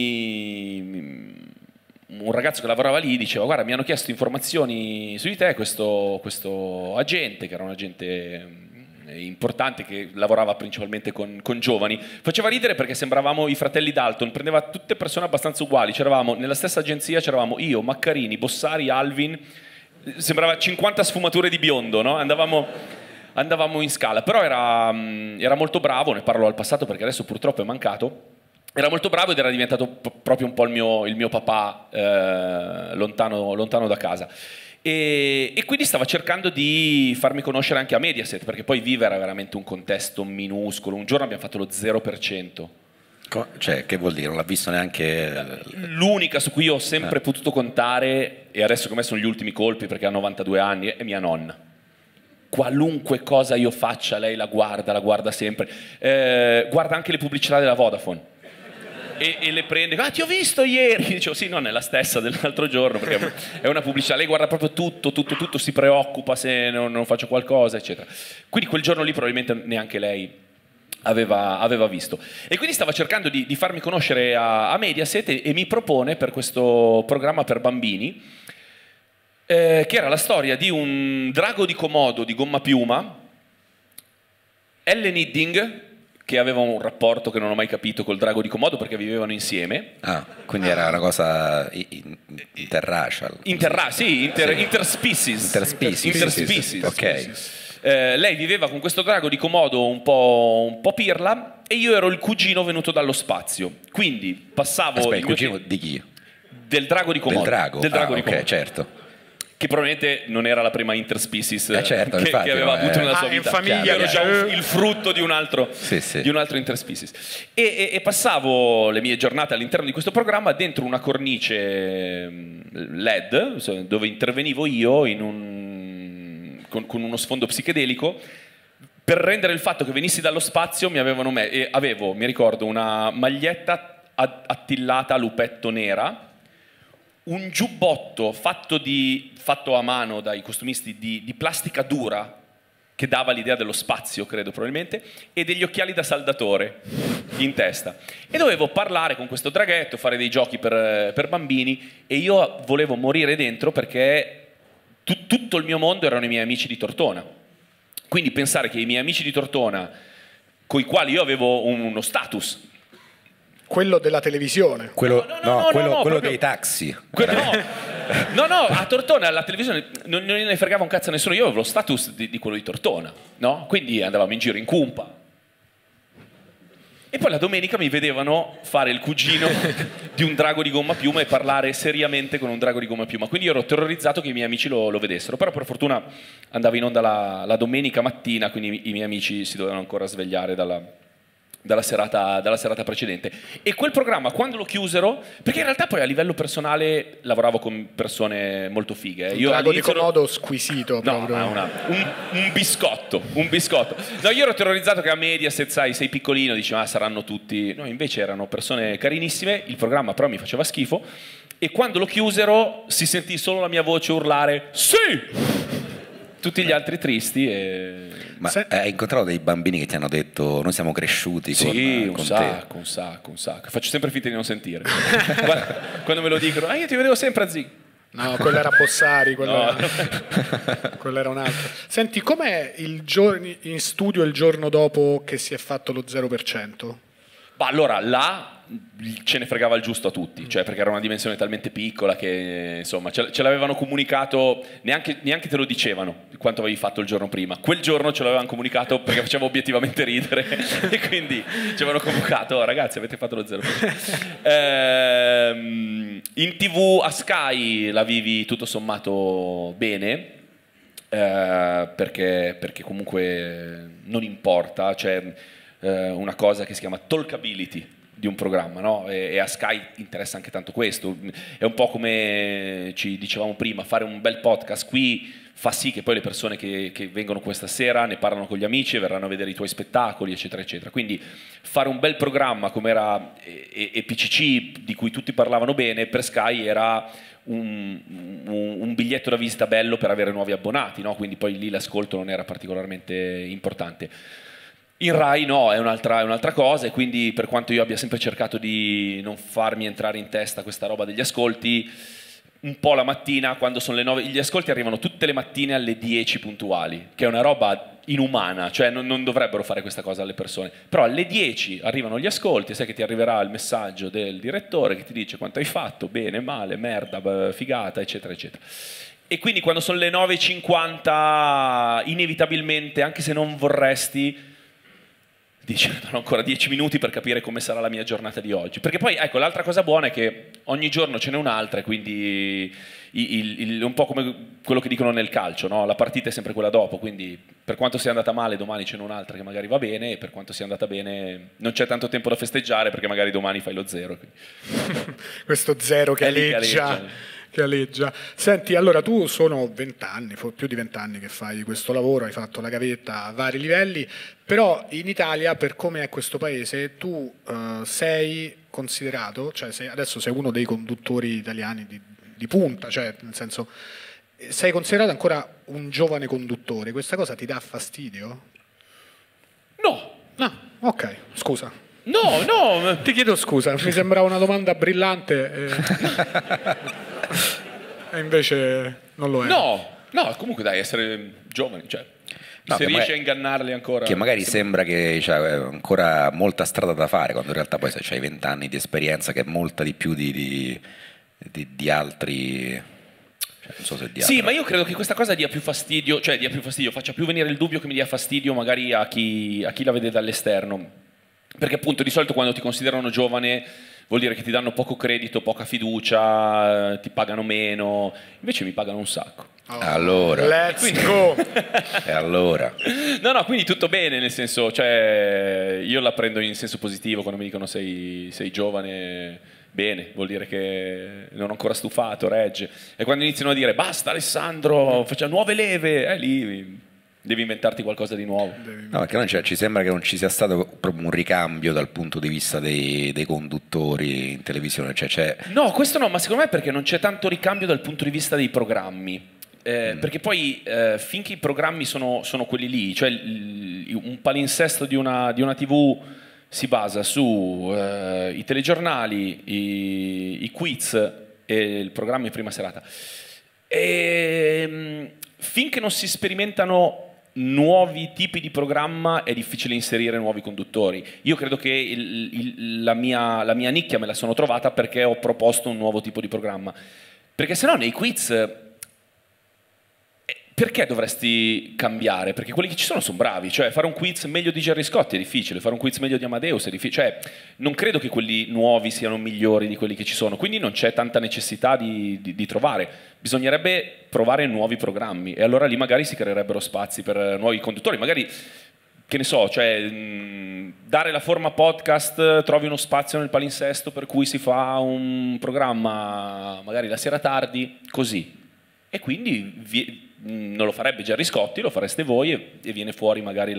un ragazzo che lavorava lì diceva, guarda, mi hanno chiesto informazioni su di te, questo agente, che era un agente importante che lavorava principalmente con giovani, faceva ridere perché sembravamo i fratelli Dalton, prendeva tutte persone abbastanza uguali, c'eravamo nella stessa agenzia, c'eravamo io, Maccarini, Bossari, Alvin, sembrava 50 sfumature di biondo, no? Andavamo in scala, però era molto bravo, ne parlo al passato perché adesso purtroppo è mancato. Era molto bravo ed era diventato proprio un po' il mio papà lontano da casa. E quindi stava cercando di farmi conoscere anche a Mediaset, perché poi Viva era veramente un contesto minuscolo. Un giorno abbiamo fatto lo 0%. Cioè, che vuol dire? Non l'ha visto neanche... L'unica su cui ho sempre potuto contare, e adesso come sono gli ultimi colpi perché ha 92 anni, è mia nonna. Qualunque cosa io faccia, lei la guarda sempre. Guarda anche le pubblicità della Vodafone. E le prende, ti ho visto ieri, dicevo sì, non è la stessa dell'altro giorno perché è una pubblicità, lei guarda proprio tutto, si preoccupa se non faccio qualcosa, eccetera. Quindi quel giorno lì probabilmente neanche lei aveva visto, e quindi stava cercando di farmi conoscere a Mediaset e mi propone per questo programma per bambini, che era la storia di un drago di Komodo di gomma piuma, Ellen Hidding, che aveva un rapporto che non ho mai capito col drago di Komodo perché vivevano insieme. Quindi era una cosa interracial. Interspecies. Interspecies. Sì. Ok. Lei viveva con questo drago di Komodo un po' pirla e io ero il cugino venuto dallo spazio. Quindi passavo... Aspetta, il cugino di chi? Del drago di Komodo. Del drago di Komodo. Certo. Che probabilmente non era la prima interspecies certo, che aveva avuto nella sua vita. In famiglia era già il frutto di un altro, sì. di un altro interspecies. E passavo le mie giornate all'interno di questo programma dentro una cornice LED, dove intervenivo io con uno sfondo psichedelico. Per rendere il fatto che venissi dallo spazio avevo, mi ricordo, una maglietta attillata a lupetto nera, un giubbotto fatto a mano dai costumisti di plastica dura che dava l'idea dello spazio, credo probabilmente, e degli occhiali da saldatore in testa. E dovevo parlare con questo draghetto, fare dei giochi per bambini, e io volevo morire dentro perché tutto il mio mondo erano i miei amici di Tortona. Quindi pensare che i miei amici di Tortona, con i quali io avevo uno status... Quello della televisione. Quello proprio, dei taxi. No, a Tortona la televisione non ne fregava un cazzo a nessuno. Io avevo lo status di quello di Tortona, no? Quindi andavamo in giro in cumpa. E poi la domenica mi vedevano fare il cugino di un drago di gomma piuma e parlare seriamente con un drago di gomma piuma. Quindi io ero terrorizzato che i miei amici lo vedessero. Però per fortuna andava in onda la domenica mattina, quindi i miei amici si dovevano ancora svegliare dalla serata precedente. E quel programma, quando lo chiusero, perché in realtà poi a livello personale lavoravo con persone molto fighe. Un drago di Komodo squisito. No, un biscotto. No, io ero terrorizzato che a Mediaset, sai, sei piccolino, dici, saranno tutti... No, invece erano persone carinissime, il programma però mi faceva schifo, e quando lo chiusero si sentì solo la mia voce urlare «Sì!» Tutti gli altri tristi e... Ma hai incontrato dei bambini che ti hanno detto noi siamo cresciuti con un sacco. Faccio sempre finta di non sentire. Quando me lo dicono, io ti vedevo sempre a Zig. No, quello era Bossari, quello era un altro. Senti, com'è in studio il giorno dopo che si è fatto lo 0%? Ma allora, là ce ne fregava il giusto a tutti, cioè perché era una dimensione talmente piccola che insomma ce l'avevano comunicato, neanche te lo dicevano quanto avevi fatto il giorno prima. Quel giorno ce l'avevano comunicato perché faceva obiettivamente ridere e quindi ci avevano convocato: oh, ragazzi, avete fatto lo 0%. In TV a Sky la vivi tutto sommato bene, perché comunque non importa, c'è una cosa che si chiama talkability di un programma, no? E a Sky interessa anche tanto questo. È un po' come ci dicevamo prima, fare un bel podcast qui fa sì che poi le persone che vengono questa sera ne parlano con gli amici e verranno a vedere i tuoi spettacoli, eccetera, eccetera. Quindi fare un bel programma come era EPCC, di cui tutti parlavano bene, per Sky era un biglietto da visita bello per avere nuovi abbonati, no? Quindi poi lì l'ascolto non era particolarmente importante. In Rai no, è un'altra cosa, e quindi per quanto io abbia sempre cercato di non farmi entrare in testa questa roba degli ascolti, un po' la mattina, quando sono le 9, gli ascolti arrivano tutte le mattine alle 10 puntuali, che è una roba inumana, cioè non dovrebbero fare questa cosa alle persone, però alle 10 arrivano gli ascolti e sai che ti arriverà il messaggio del direttore che ti dice quanto hai fatto, bene, male, merda, figata, eccetera, eccetera. E quindi quando sono le 9:50, inevitabilmente, anche se non vorresti, dice, ho ancora 10 minuti per capire come sarà la mia giornata di oggi. Perché poi, ecco, l'altra cosa buona è che ogni giorno ce n'è un'altra, e quindi un po' come quello che dicono nel calcio, no? La partita è sempre quella dopo, quindi per quanto sia andata male domani ce n'è un'altra che magari va bene, e per quanto sia andata bene non c'è tanto tempo da festeggiare perché magari domani fai lo 0. Questo 0 che aleggia. Che aleggia. Senti, allora tu sono 20 anni, più di 20 anni che fai questo lavoro, hai fatto la gavetta a vari livelli, però in Italia, per come è questo paese, tu sei considerato, cioè adesso sei uno dei conduttori italiani di punta, cioè nel senso, sei considerato ancora un giovane conduttore. Questa cosa ti dà fastidio? No. No, ok, scusa. No. Ti chiedo scusa, mi sembrava una domanda brillante. E invece non lo è. No, comunque dai, essere giovani, cioè, no, se riesci a ingannarli ancora. Che magari sembra che c'è ancora molta strada da fare, quando in realtà poi se c'hai 20 anni di esperienza, che è molta di più di altri Cioè, non so se sì, ma io credo che questa cosa dia più fastidio, faccia più venire il dubbio che mi dia fastidio magari a chi la vede dall'esterno. Perché appunto di solito quando ti considerano giovane vuol dire che ti danno poco credito, poca fiducia, ti pagano meno, invece mi pagano un sacco. Oh, allora, let's go! E allora? No, quindi tutto bene, nel senso, cioè, io la prendo in senso positivo quando mi dicono sei giovane, bene, vuol dire che non ho ancora stufato, regge. E quando iniziano a dire basta Alessandro, facciamo nuove leve, lì devi inventarti qualcosa di nuovo. No, perché non ci sembra che non ci sia stato proprio un ricambio dal punto di vista dei conduttori in televisione. No, questo no, ma secondo me perché non c'è tanto ricambio dal punto di vista dei programmi. Perché poi finché i programmi sono quelli lì, cioè un palinsesto di una TV si basa su i telegiornali, i quiz e il programma in prima serata. E finché non si sperimentano nuovi tipi di programma è difficile inserire nuovi conduttori. Io credo che la mia nicchia me la sono trovata perché ho proposto un nuovo tipo di programma. Perché se no nei quiz perché dovresti cambiare? Perché quelli che ci sono bravi, cioè fare un quiz meglio di Gerry Scotti è difficile, fare un quiz meglio di Amadeus è difficile, cioè non credo che quelli nuovi siano migliori di quelli che ci sono, quindi non c'è tanta necessità di trovare, bisognerebbe provare nuovi programmi e allora lì magari si creerebbero spazi per nuovi conduttori, magari che ne so, cioè dare la forma podcast, trovi uno spazio nel palinsesto per cui si fa un programma magari la sera tardi, così, e quindi non lo farebbe Gerry Scotti, lo fareste voi e viene fuori magari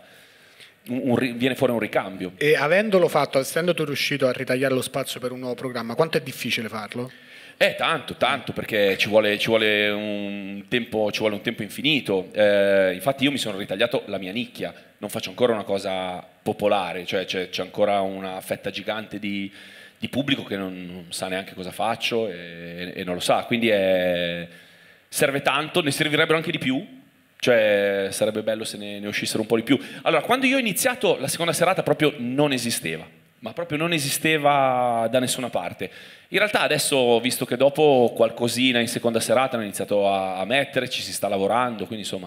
viene fuori un ricambio. E avendolo fatto, essendo tu riuscito a ritagliare lo spazio per un nuovo programma, quanto è difficile farlo? Tanto, perché ci vuole un tempo infinito. Infatti io mi sono ritagliato la mia nicchia, non faccio ancora una cosa popolare, cioè c'è ancora una fetta gigante di pubblico che non sa neanche cosa faccio e non lo sa, quindi serve tanto, ne servirebbero anche di più, cioè sarebbe bello se ne uscissero un po' di più. Allora, quando io ho iniziato la seconda serata proprio non esisteva, ma proprio non esisteva da nessuna parte. In realtà adesso, visto che dopo qualcosina in seconda serata hanno iniziato a mettere, ci si sta lavorando, quindi insomma,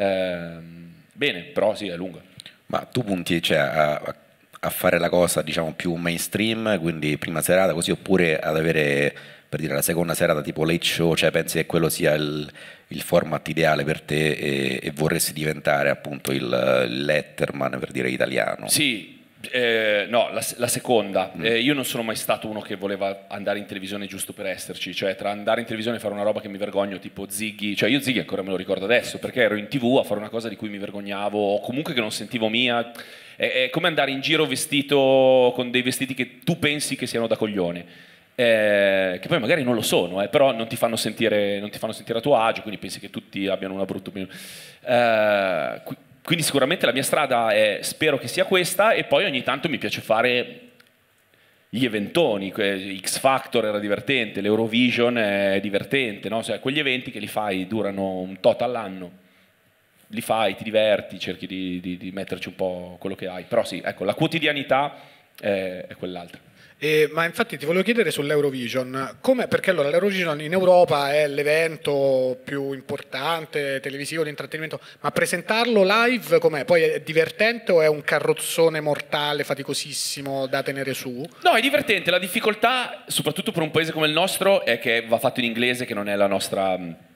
bene, però sì, è lunga. Ma tu punti a fare la cosa, diciamo, più mainstream, quindi prima serata così, oppure ad avere, per dire, la seconda serata tipo late show, cioè pensi che quello sia il format ideale per te e vorresti diventare appunto il Letterman, per dire, italiano? Sì, no, la seconda. Io non sono mai stato uno che voleva andare in televisione giusto per esserci, cioè tra andare in televisione e fare una roba che mi vergogno, tipo Ziggy, cioè io Ziggy ancora me lo ricordo adesso, perché ero in TV a fare una cosa di cui mi vergognavo o comunque che non sentivo mia. È come andare in giro vestito con dei vestiti che tu pensi che siano da coglione. Che poi magari non lo sono, però non ti fanno sentire a tuo agio, quindi pensi che tutti abbiano una brutta opinione. Quindi sicuramente la mia strada spero che sia questa, e poi ogni tanto mi piace fare gli eventoni. X Factor era divertente, l'Eurovision è divertente, no? Cioè, quegli eventi che li fai durano un tot all'anno, li fai, ti diverti, cerchi di metterci un po' quello che hai, però sì, ecco, la quotidianità è quell'altra. Ma infatti ti volevo chiedere sull'Eurovision, perché allora l'Eurovision in Europa è l'evento più importante televisivo di intrattenimento, ma presentarlo live com'è? Poi è divertente o è un carrozzone mortale, faticosissimo da tenere su? No, è divertente, la difficoltà, soprattutto per un paese come il nostro, è che va fatto in inglese, che non è la nostra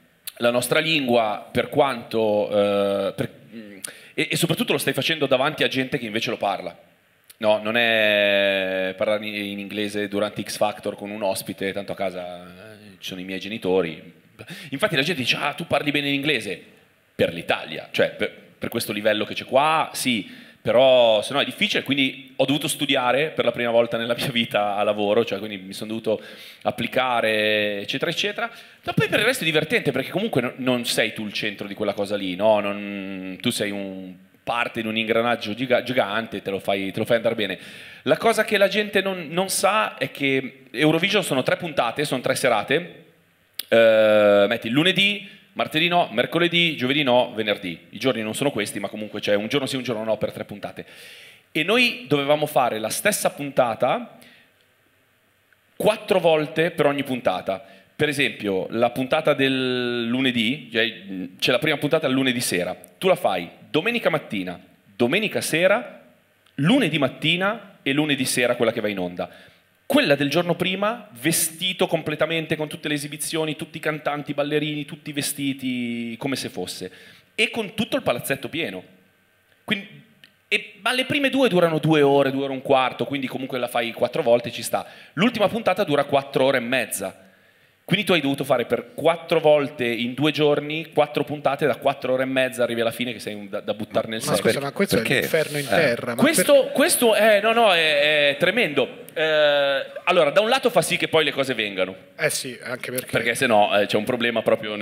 lingua, per quanto... e soprattutto lo stai facendo davanti a gente che invece lo parla. No, non è parlare in inglese durante X Factor con un ospite, tanto a casa ci sono i miei genitori. Infatti la gente dice, tu parli bene in inglese per l'Italia, cioè per questo livello che c'è qua, sì, però se no è difficile, quindi ho dovuto studiare per la prima volta nella mia vita a lavoro, cioè quindi mi sono dovuto applicare, eccetera, eccetera. Ma poi per il resto è divertente, perché comunque non sei tu il centro di quella cosa lì, no? Tu sei parte in un ingranaggio gigante, te lo fai andare bene. La cosa che la gente non sa è che Eurovision sono 3 puntate, sono 3 serate, metti lunedì, martedì no, mercoledì, giovedì no, venerdì. I giorni non sono questi, ma comunque c'è un giorno sì, un giorno no per 3 puntate. E noi dovevamo fare la stessa puntata 4 volte per ogni puntata, per esempio, la puntata del lunedì, c'è la prima puntata il lunedì sera, tu la fai domenica mattina, domenica sera, lunedì mattina e lunedì sera quella che va in onda. Quella del giorno prima, vestito completamente con tutte le esibizioni, tutti i cantanti, i ballerini, tutti vestiti come se fosse, e con tutto il palazzetto pieno. Quindi, ma le prime due durano 2 ore, 2 ore e un quarto, quindi comunque la fai 4 volte, ci sta. L'ultima puntata dura 4 ore e mezza. Quindi tu hai dovuto fare per 4 volte in 2 giorni, 4 puntate da 4 ore e mezza, arrivi alla fine che sei da buttare nel secco. Ma scusa, ma questo è l'inferno in terra. Questo è tremendo. Allora, da un lato fa sì che poi le cose vengano. Sì, anche perché... Perché se no c'è un problema proprio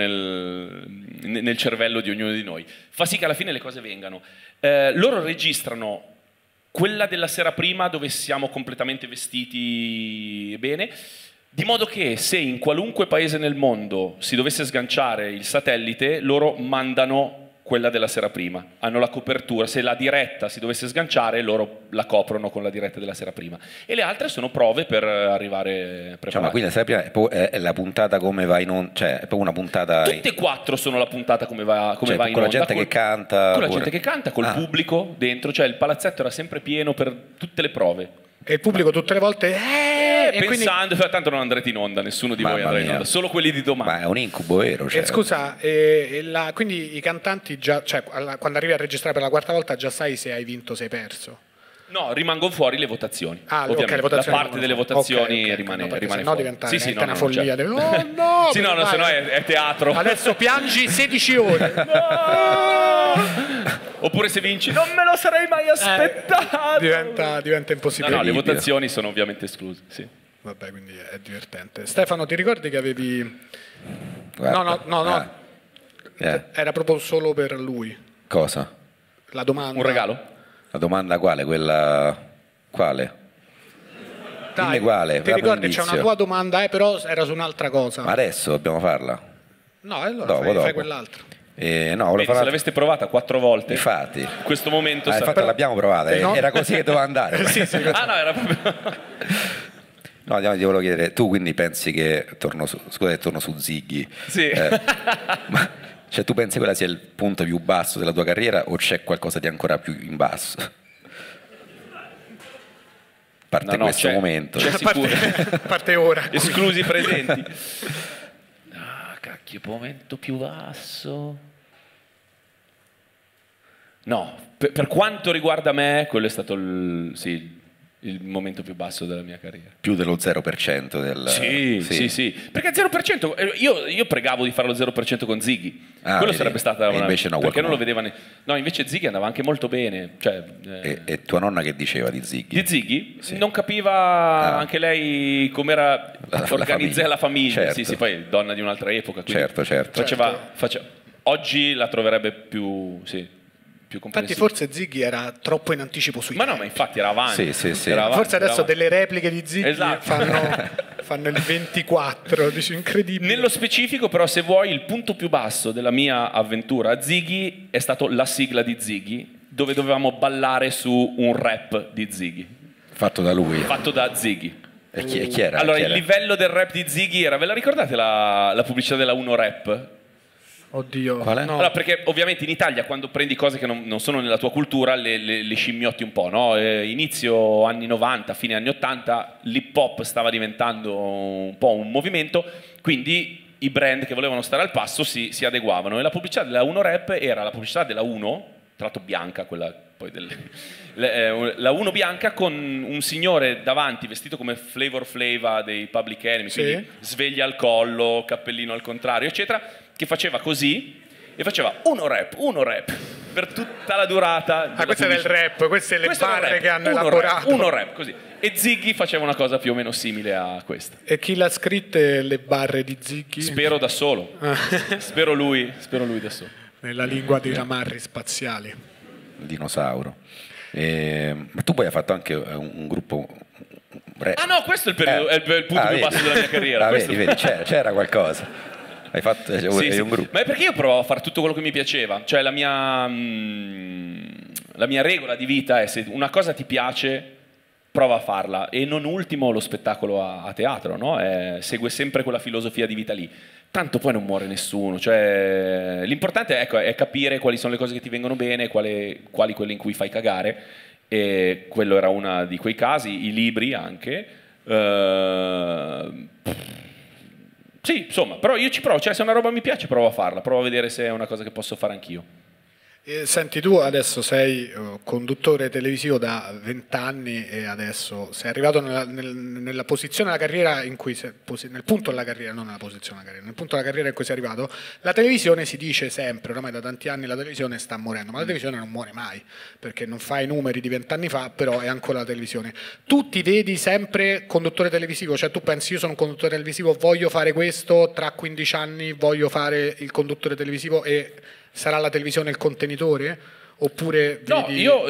nel cervello di ognuno di noi. Fa sì che alla fine le cose vengano. Loro registrano quella della sera prima dove siamo completamente vestiti bene, di modo che se in qualunque paese nel mondo si dovesse sganciare il satellite, loro mandano quella della sera prima, hanno la copertura, se la diretta si dovesse sganciare loro la coprono con la diretta della sera prima e le altre sono prove per arrivare preparate. Ma quindi la sera prima è la puntata come va in onda, cioè è proprio una puntata... Tutte e 4 sono la puntata come va in onda. Con la gente che canta? Con la gente che canta, col pubblico dentro, cioè il palazzetto era sempre pieno per tutte le prove. E il pubblico tutte le volte pensando, quindi... tanto non andrete in onda, nessuno di voi andrà in onda, solo quelli di domani. Ma è un incubo vero. Cioè. Scusa, quindi i cantanti già, cioè, quando arrivi a registrare per la 4ª volta già sai se hai vinto o se hai perso? No, rimangono fuori le votazioni. Okay, le votazioni la parte delle votazioni rimane no, fuori. No, diventa una follia. Certo. No, sì, no, se no è teatro. Adesso piangi 16 ore. No! Oppure se vinci, non me lo sarei mai aspettato. Diventa impossibile. No, le votazioni sono ovviamente escluse. Sì. Vabbè, quindi è divertente. Stefano, ti ricordi che avevi... Guarda, no. Era proprio solo per lui. Cosa? La domanda. Un regalo? La domanda quale? Quella... Quale? Dai, quale? Ti ricordi, c'è una tua domanda, però era su un'altra cosa. Ma adesso dobbiamo farla? No, allora fai quell'altro. No, se l'aveste provata 4 volte, infatti, in questo momento infatti l'abbiamo provata, no? Era così che doveva andare. Sì, no, era proprio... No, ti volevo chiedere, tu quindi pensi che torno su Ziggy? Sì. Ma cioè, tu pensi che quella sia il punto più basso della tua carriera o c'è qualcosa di ancora più in basso? A parte questo momento. C'è sicuro. A parte ora. Esclusi i presenti. Cacchio, momento più basso. No, per quanto riguarda me, quello è stato il momento più basso della mia carriera. Più dello 0% del... Sì. Perché 0%, io pregavo di fare lo 0% con Ziggy. Quello sarebbe stata una... invece no, perché non lo vedeva... No, invece Ziggy andava anche molto bene. Cioè, e tua nonna che diceva di Ziggy? Di Ziggy? Sì. Non capiva anche lei com'era organizzare la famiglia. Certo. Sì, poi donna di un'altra epoca. Certo. Faceva, oggi la troverebbe più... Sì. Infatti forse Ziggy era troppo in anticipo sui tempi. Ma infatti era avanti. Sì. Era avanti, forse adesso delle repliche di Ziggy esatto. fanno il 24, dici incredibile. Nello specifico però, se vuoi, il punto più basso della mia avventura a Ziggy è stato la sigla di Ziggy, dove dovevamo ballare su un rap di Ziggy. Fatto da lui? Fatto da Ziggy. E chi era? Allora, il livello del rap di Ziggy era... Ve la ricordate la pubblicità della Uno Rap? Oddio. Qual è? No. Allora, perché ovviamente in Italia quando prendi cose che non sono nella tua cultura le scimmiotti un po', no? Inizio anni 90, fine anni 80, l'hip hop stava diventando un po' un movimento, quindi i brand che volevano stare al passo si adeguavano e la pubblicità della Uno Rap era la pubblicità della Uno, tra l'altro bianca, quella poi la Uno bianca con un signore davanti vestito come Flavor Flava dei Public Enemy, quindi sveglia al collo, cappellino al contrario, eccetera, che faceva così e faceva uno rap per tutta la durata. Questo era il rap, queste le barre che hanno elaborato. Uno rap, così. E Ziggy faceva una cosa più o meno simile a questa. E chi l'ha scritte le barre di Ziggy? Spero da solo. Spero lui da solo. Nella lingua dei ramarri spaziali. Il dinosauro. Ma tu poi hai fatto anche un gruppo... Ah no, questo è il periodo, è il punto più basso della mia carriera. Vedi, c'era qualcosa. Hai fatto un gruppo. Ma è perché io provavo a fare tutto quello che mi piaceva. Cioè la mia regola di vita è: se una cosa ti piace, prova a farla. E non ultimo lo spettacolo a teatro, no? Segue sempre quella filosofia di vita lì. Tanto poi non muore nessuno, cioè, l'importante ecco, è capire quali sono le cose che ti vengono bene, quali quelle in cui fai cagare, e quello era uno di quei casi, i libri anche. Sì, insomma, però io ci provo, cioè se una roba mi piace provo a farla, provo a vedere se è una cosa che posso fare anch'io. Senti, tu adesso sei conduttore televisivo da 20 anni e adesso sei arrivato nella posizione della carriera in cui nel punto della carriera, non nella posizione della carriera, nel punto della carriera in cui sei arrivato. La televisione, si dice sempre, ormai da tanti anni la televisione sta morendo, ma la televisione non muore mai, perché non fa i numeri di 20 anni fa, però è ancora la televisione. Tu ti vedi sempre conduttore televisivo, cioè tu pensi io sono un conduttore televisivo, voglio fare questo, tra 15 anni voglio fare il conduttore televisivo e sarà la televisione il contenitore? Oppure no, vedi... io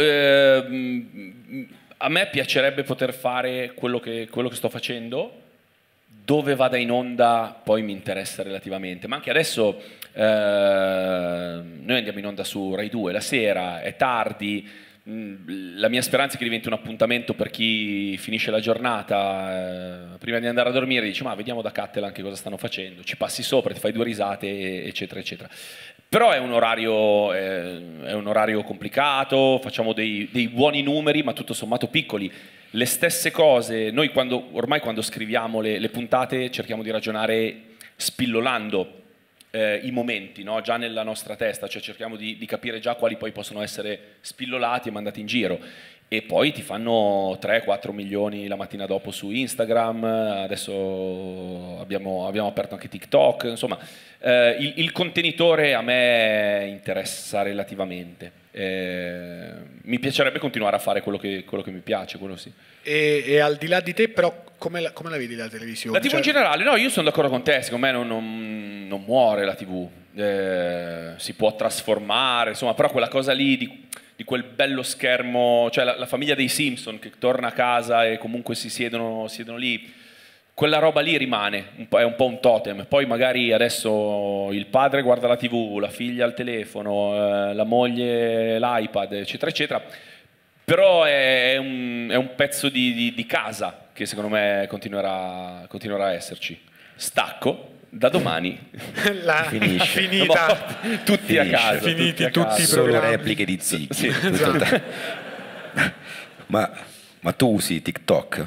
a me piacerebbe poter fare quello che sto facendo, dove vada in onda poi mi interessa relativamente, ma anche adesso noi andiamo in onda su Rai 2 la sera, è tardi, la mia speranza è che diventi un appuntamento per chi finisce la giornata, prima di andare a dormire dici ma vediamo da Cattelan che cosa stanno facendo, ci passi sopra, ti fai 2 risate eccetera eccetera. Però è un orario complicato, facciamo dei buoni numeri, ma tutto sommato piccoli. Le stesse cose, noi ormai quando scriviamo le puntate cerchiamo di ragionare spillolando i momenti, no? Già nella nostra testa, cioè cerchiamo di capire già quali poi possono essere spillolati e mandati in giro. E poi ti fanno 3-4 milioni la mattina dopo su Instagram, adesso abbiamo aperto anche TikTok, insomma il contenitore a me interessa relativamente, mi piacerebbe continuare a fare quello che mi piace, quello sì. E al di là di te però come la vedi la televisione? La TV in generale, no, io sono d'accordo con te, secondo me non muore la TV, si può trasformare, insomma, però quella cosa lì di quel bello schermo, cioè la famiglia dei Simpson che torna a casa e comunque si siedono lì, quella roba lì rimane, è un po' un totem. Poi magari adesso il padre guarda la TV, la figlia il telefono, la moglie l'iPad, eccetera, eccetera. Però è un pezzo di casa che secondo me continuerà a esserci. Stacco. Da domani finita, tutti a casa, finiti tutti i solo programmi. repliche di Ziggy. Sì, esatto. ma tu usi TikTok?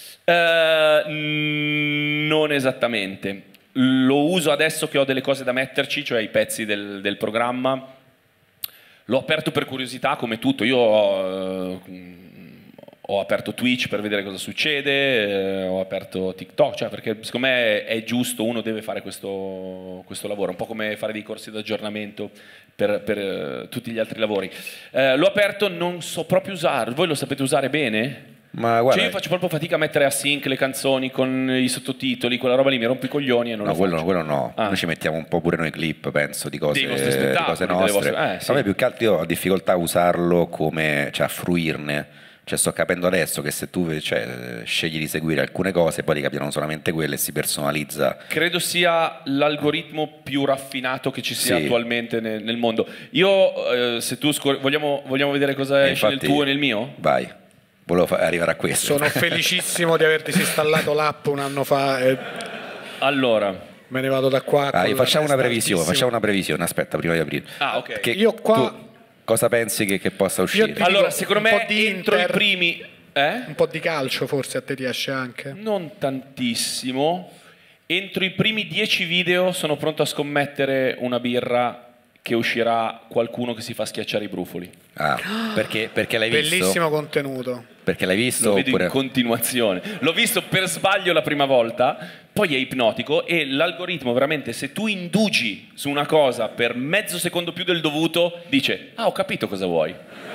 Non esattamente, lo uso adesso che ho delle cose da metterci, cioè i pezzi del programma. L'ho aperto per curiosità come tutto, io ho aperto Twitch per vedere cosa succede, ho aperto TikTok, cioè perché secondo me è giusto, uno deve fare questo lavoro, un po' come fare dei corsi d'aggiornamento per tutti gli altri lavori. L'ho aperto, non so proprio usarlo, voi lo sapete usare bene? Ma guarda, Cioè io faccio proprio fatica a mettere a sync le canzoni con i sottotitoli, quella roba lì mi rompo i coglioni e non lo faccio. Quello no, noi ci mettiamo un po' pure noi clip, penso, di cose vostri nostre. sì. A me più che altro io ho difficoltà a usarlo come, cioè a fruirne. Cioè sto capendo adesso che se tu scegli di seguire alcune cose poi li capiano solamente quelle e si personalizza. Credo sia l'algoritmo più raffinato che ci sia attualmente nel mondo. Io, se tu vogliamo vedere cosa esce nel tuo e nel mio? Vai, volevo arrivare a questo. Sono felicissimo di aver disinstallato l'app un anno fa e allora me ne vado da qua. Facciamo una previsione, aspetta, prima di aprire. Ok. Che io qua... Cosa pensi che possa uscire? Allora, secondo me entro i primi... Un po' di calcio forse a te riesce anche? Non tantissimo. Entro i primi 10 video sono pronto a scommettere una birra che uscirà qualcuno che si fa schiacciare i brufoli. Perché l'hai visto? Bellissimo contenuto. Perché l'hai visto? Lo vedo in continuazione. L'ho visto per sbaglio la prima volta, poi è ipnotico e l'algoritmo veramente, se tu indugi su una cosa per mezzo secondo più del dovuto, dice, ho capito cosa vuoi.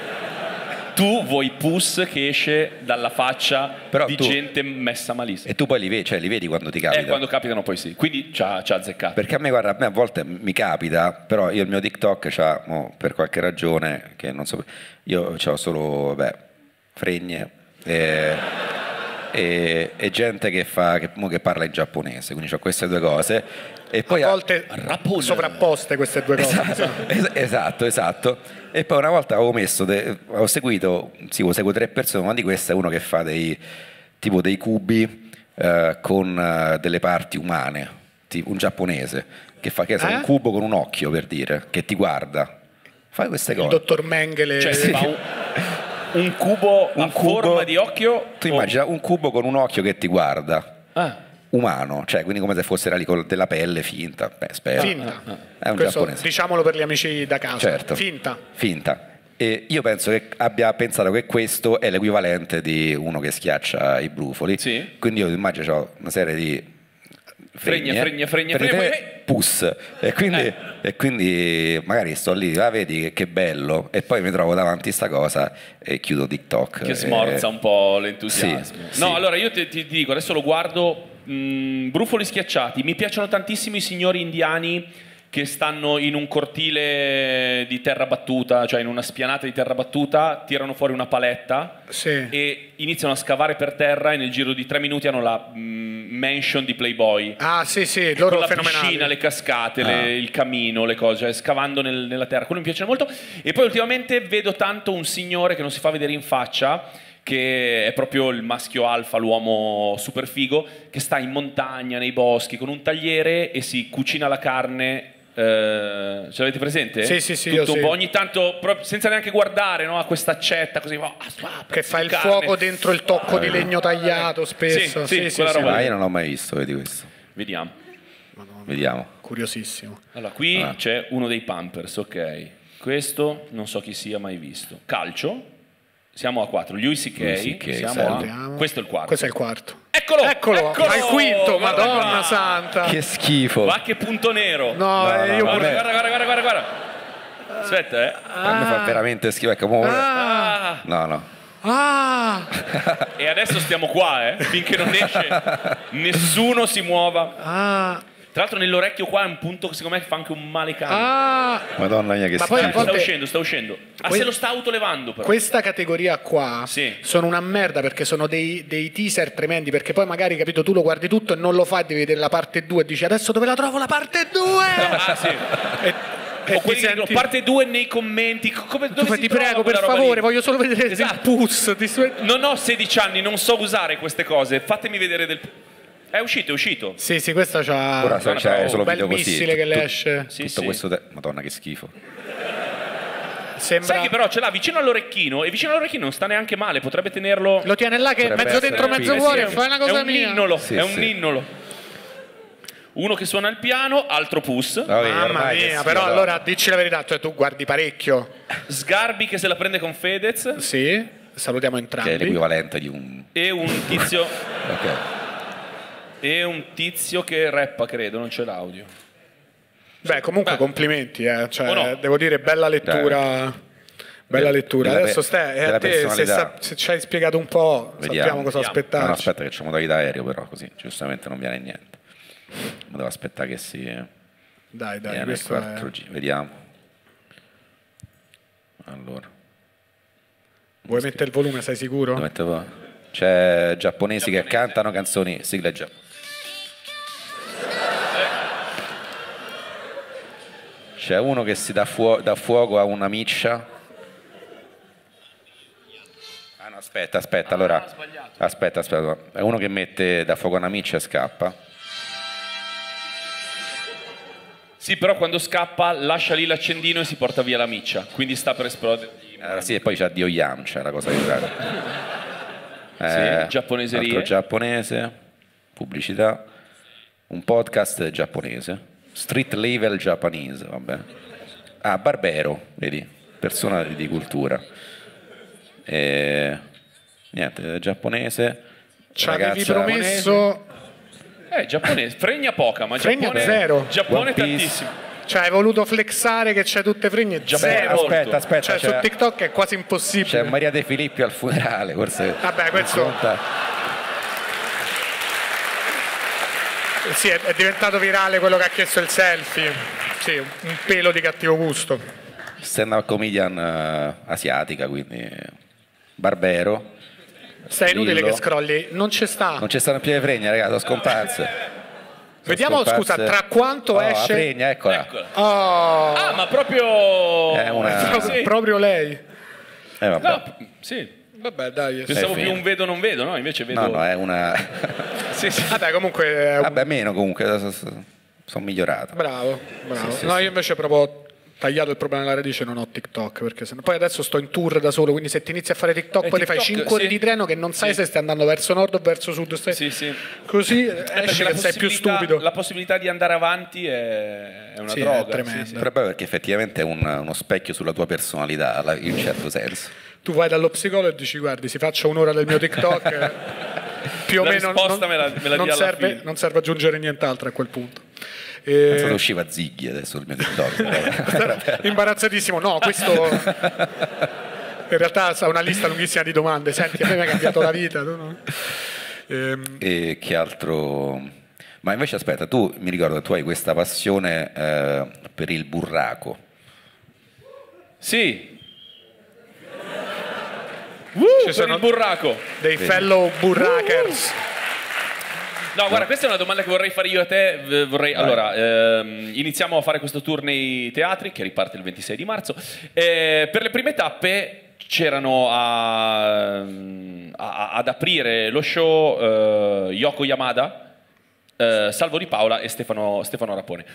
Tu vuoi pus che esce dalla faccia di gente messa malissimo. E tu poi li vedi quando ti capita? Quando capitano poi sì, quindi ci ha azzeccato. Perché a me a volte mi capita, però io il mio TikTok per qualche ragione, che non so, io ho solo, fregne, e gente che parla in giapponese, quindi ho queste due cose. E poi a volte sovrapposte queste due cose. Esatto. E poi una volta ho seguito 3 persone, una di queste è uno che fa dei cubi con delle parti umane, un giapponese che fa un cubo con un occhio, per dire, che ti guarda. Fai queste cose. Il dottor Mengele. Cioè, fa un cubo a forma di occhio. Tu immagina un cubo con un occhio che ti guarda. Umano, cioè quindi come se fosse della pelle finta. Spero. Finta. È un giapponese. Diciamolo per gli amici da casa. Certo. Finta. E io penso che abbia pensato che questo è l'equivalente di uno che schiaccia i brufoli. Sì. Quindi io immagino c'ho una serie di fregna, pus e quindi magari sto lì, vedi che bello, e poi mi trovo davanti a sta cosa e chiudo TikTok che smorza un po' l'entusiasmo. Sì. Allora io ti dico, adesso lo guardo, brufoli schiacciati. Mi piacciono tantissimo i signori indiani che stanno in un cortile di terra battuta, cioè in una spianata di terra battuta, tirano fuori una paletta e iniziano a scavare per terra, e nel giro di 3 minuti hanno la mansion di Playboy. Sì, loro con la fenomenali. Piscina, le cascate, il camino, le cose, scavando nella terra. Quello mi piace molto. E poi ultimamente vedo tanto un signore che non si fa vedere in faccia, che è proprio il maschio alfa, l'uomo super figo, che sta in montagna, nei boschi, con un tagliere e si cucina la carne. Ce l'avete presente? Sì, tutto un po', ogni tanto senza neanche guardare, no? A questa accetta così che fa il fuoco dentro il tocco di legno tagliato spesso. Sì, quella roba. Io non l'ho mai visto, vedi questo. Vediamo. Curiosissimo. Allora, qui c'è uno dei Pampers, ok. Questo non so chi sia, mai visto. Calcio. Siamo a 4. Louis C.K. Questo è il quarto. Questo è il quarto. Eccolo! Al quinto, Madonna santa. Che schifo. Ma che punto nero. No, io guarda. Aspetta, A me fa veramente schifo. No. E adesso stiamo qua, finché non esce nessuno si muova. Tra l'altro nell'orecchio qua è un punto che secondo me fa anche un male cane. Madonna mia, che schifo. Sta uscendo. Se lo sta autolevando però. Questa categoria qua sono una merda, perché sono dei teaser tremendi, perché poi magari, capito, tu lo guardi tutto e non lo fai, devi vedere la parte 2 e dici adesso dove la trovo la parte 2? O quelli che dicono parte 2 nei commenti. Ti prego, per favore, voglio solo vedere il pus. Non ho 16 anni, non so usare queste cose. Fatemi vedere del... È uscito. Sì, questa c'ha ora c'è solo un bel video missile che le esce. Tutto questo Madonna, che schifo. Sai che però ce l'ha vicino all'orecchino, e vicino all'orecchino non sta neanche male, potrebbe tenerlo. Lo tiene là che mezzo dentro mezzo fuori, fai una cosa mia. È un ninnolo. Uno che suona il piano, altro pus. Mamma mia, però allora dici la verità, cioè tu guardi parecchio. Sgarbi che se la prende con Fedez. Sì, salutiamo entrambi. Che è l'equivalente di un... E un tizio... E un tizio che rappa, credo, non c'è l'audio. Beh, comunque complimenti, cioè, devo dire, bella lettura. Bella lettura. Adesso a te, se ci hai spiegato un po', sappiamo cosa aspettarci. No, aspetta che c'è modalità aereo, però così giustamente non viene niente. Ma devo aspettare che si... Dai, questo è... Vediamo. Allora. Vuoi mettere il volume, sei sicuro? C'è giapponesi che cantano canzoni sigla giapponese. C'è uno che si dà fuoco a una miccia. No, aspetta, allora. Aspetta. È uno che dà fuoco a una miccia e scappa. Sì, però quando scappa lascia lì l'accendino e si porta via la miccia, quindi sta per esplodere. Sì, e poi c'ha Dio Yamcha, la cosa di giapponeserie. Altro giapponese, pubblicità, un podcast giapponese. Street level Japanese, vabbè. Barbero, vedi, persona di cultura. Niente, giapponese. Ci avevi promesso... giapponese, fregna poca, ma fregna zero. Giappone tantissimo. Cioè hai voluto flexare che c'è tutte fregne zero. Aspetta. Cioè su TikTok è quasi impossibile. C'è Maria De Filippi al funerale, forse. Vabbè, questo... Sì, è diventato virale quello che ha chiesto il selfie. Sì, un pelo di cattivo gusto. Stand-up comedian asiatica, quindi barbero. Stai inutile Lillo. che scrolli, non ci sta. Non ci stanno più le fregne, ragazzi, sono scomparse. Vediamo, scusa, tra quanto la esce. fregna, eccola. Eccola. Oh, Ah, ma proprio... È una- Sì. proprio lei. Vabbè. No, sì. Vabbè, dai. Pensavo più fine. un vedo non vedo, no? Invece vedo... No, è una... Sì, sì. Vabbè, comunque è un- Vabbè, meno comunque, sono migliorato. bravo. Sì, No, sì. io invece proprio tagliato il problema alla radice, non ho TikTok, perché poi adesso sto in tour da solo, quindi se ti inizi a fare TikTok poi ti fai TikTok, 5 ore sì. di treno che non sai se stai andando verso nord o verso sud, stai Sì, sì. così Perché esci la che sei più possibilità- stupido. La possibilità di andare avanti è una Sì, droga. è tremendo. sì. Però è bello perché effettivamente è uno specchio sulla tua personalità, in un certo senso. Tu vai dallo psicologo e dici guardi, si faccia un'ora del mio TikTok più o La meno risposta me la dia non, alla serve, fine. non serve aggiungere nient'altro a quel punto. Pensate usciva Ziggy adesso il mio TikTok. Imbarazzatissimo, no, questo in realtà ha una lista lunghissima di domande. Senti, a me mi ha cambiato la vita. Tu no? E che altro... Ma invece aspetta, tu mi ricordo che tu hai questa passione per il burraco. Sì. Ci Per sono il burraco. dei fellow burrakers. No, guarda, questa è una domanda che vorrei fare io a te. Allora, iniziamo a fare questo tour nei teatri, che riparte il 26 di marzo. Per le prime tappe c'erano ad aprire lo show Yoko Yamada, Salvo Di Paola e Stefano Rapone.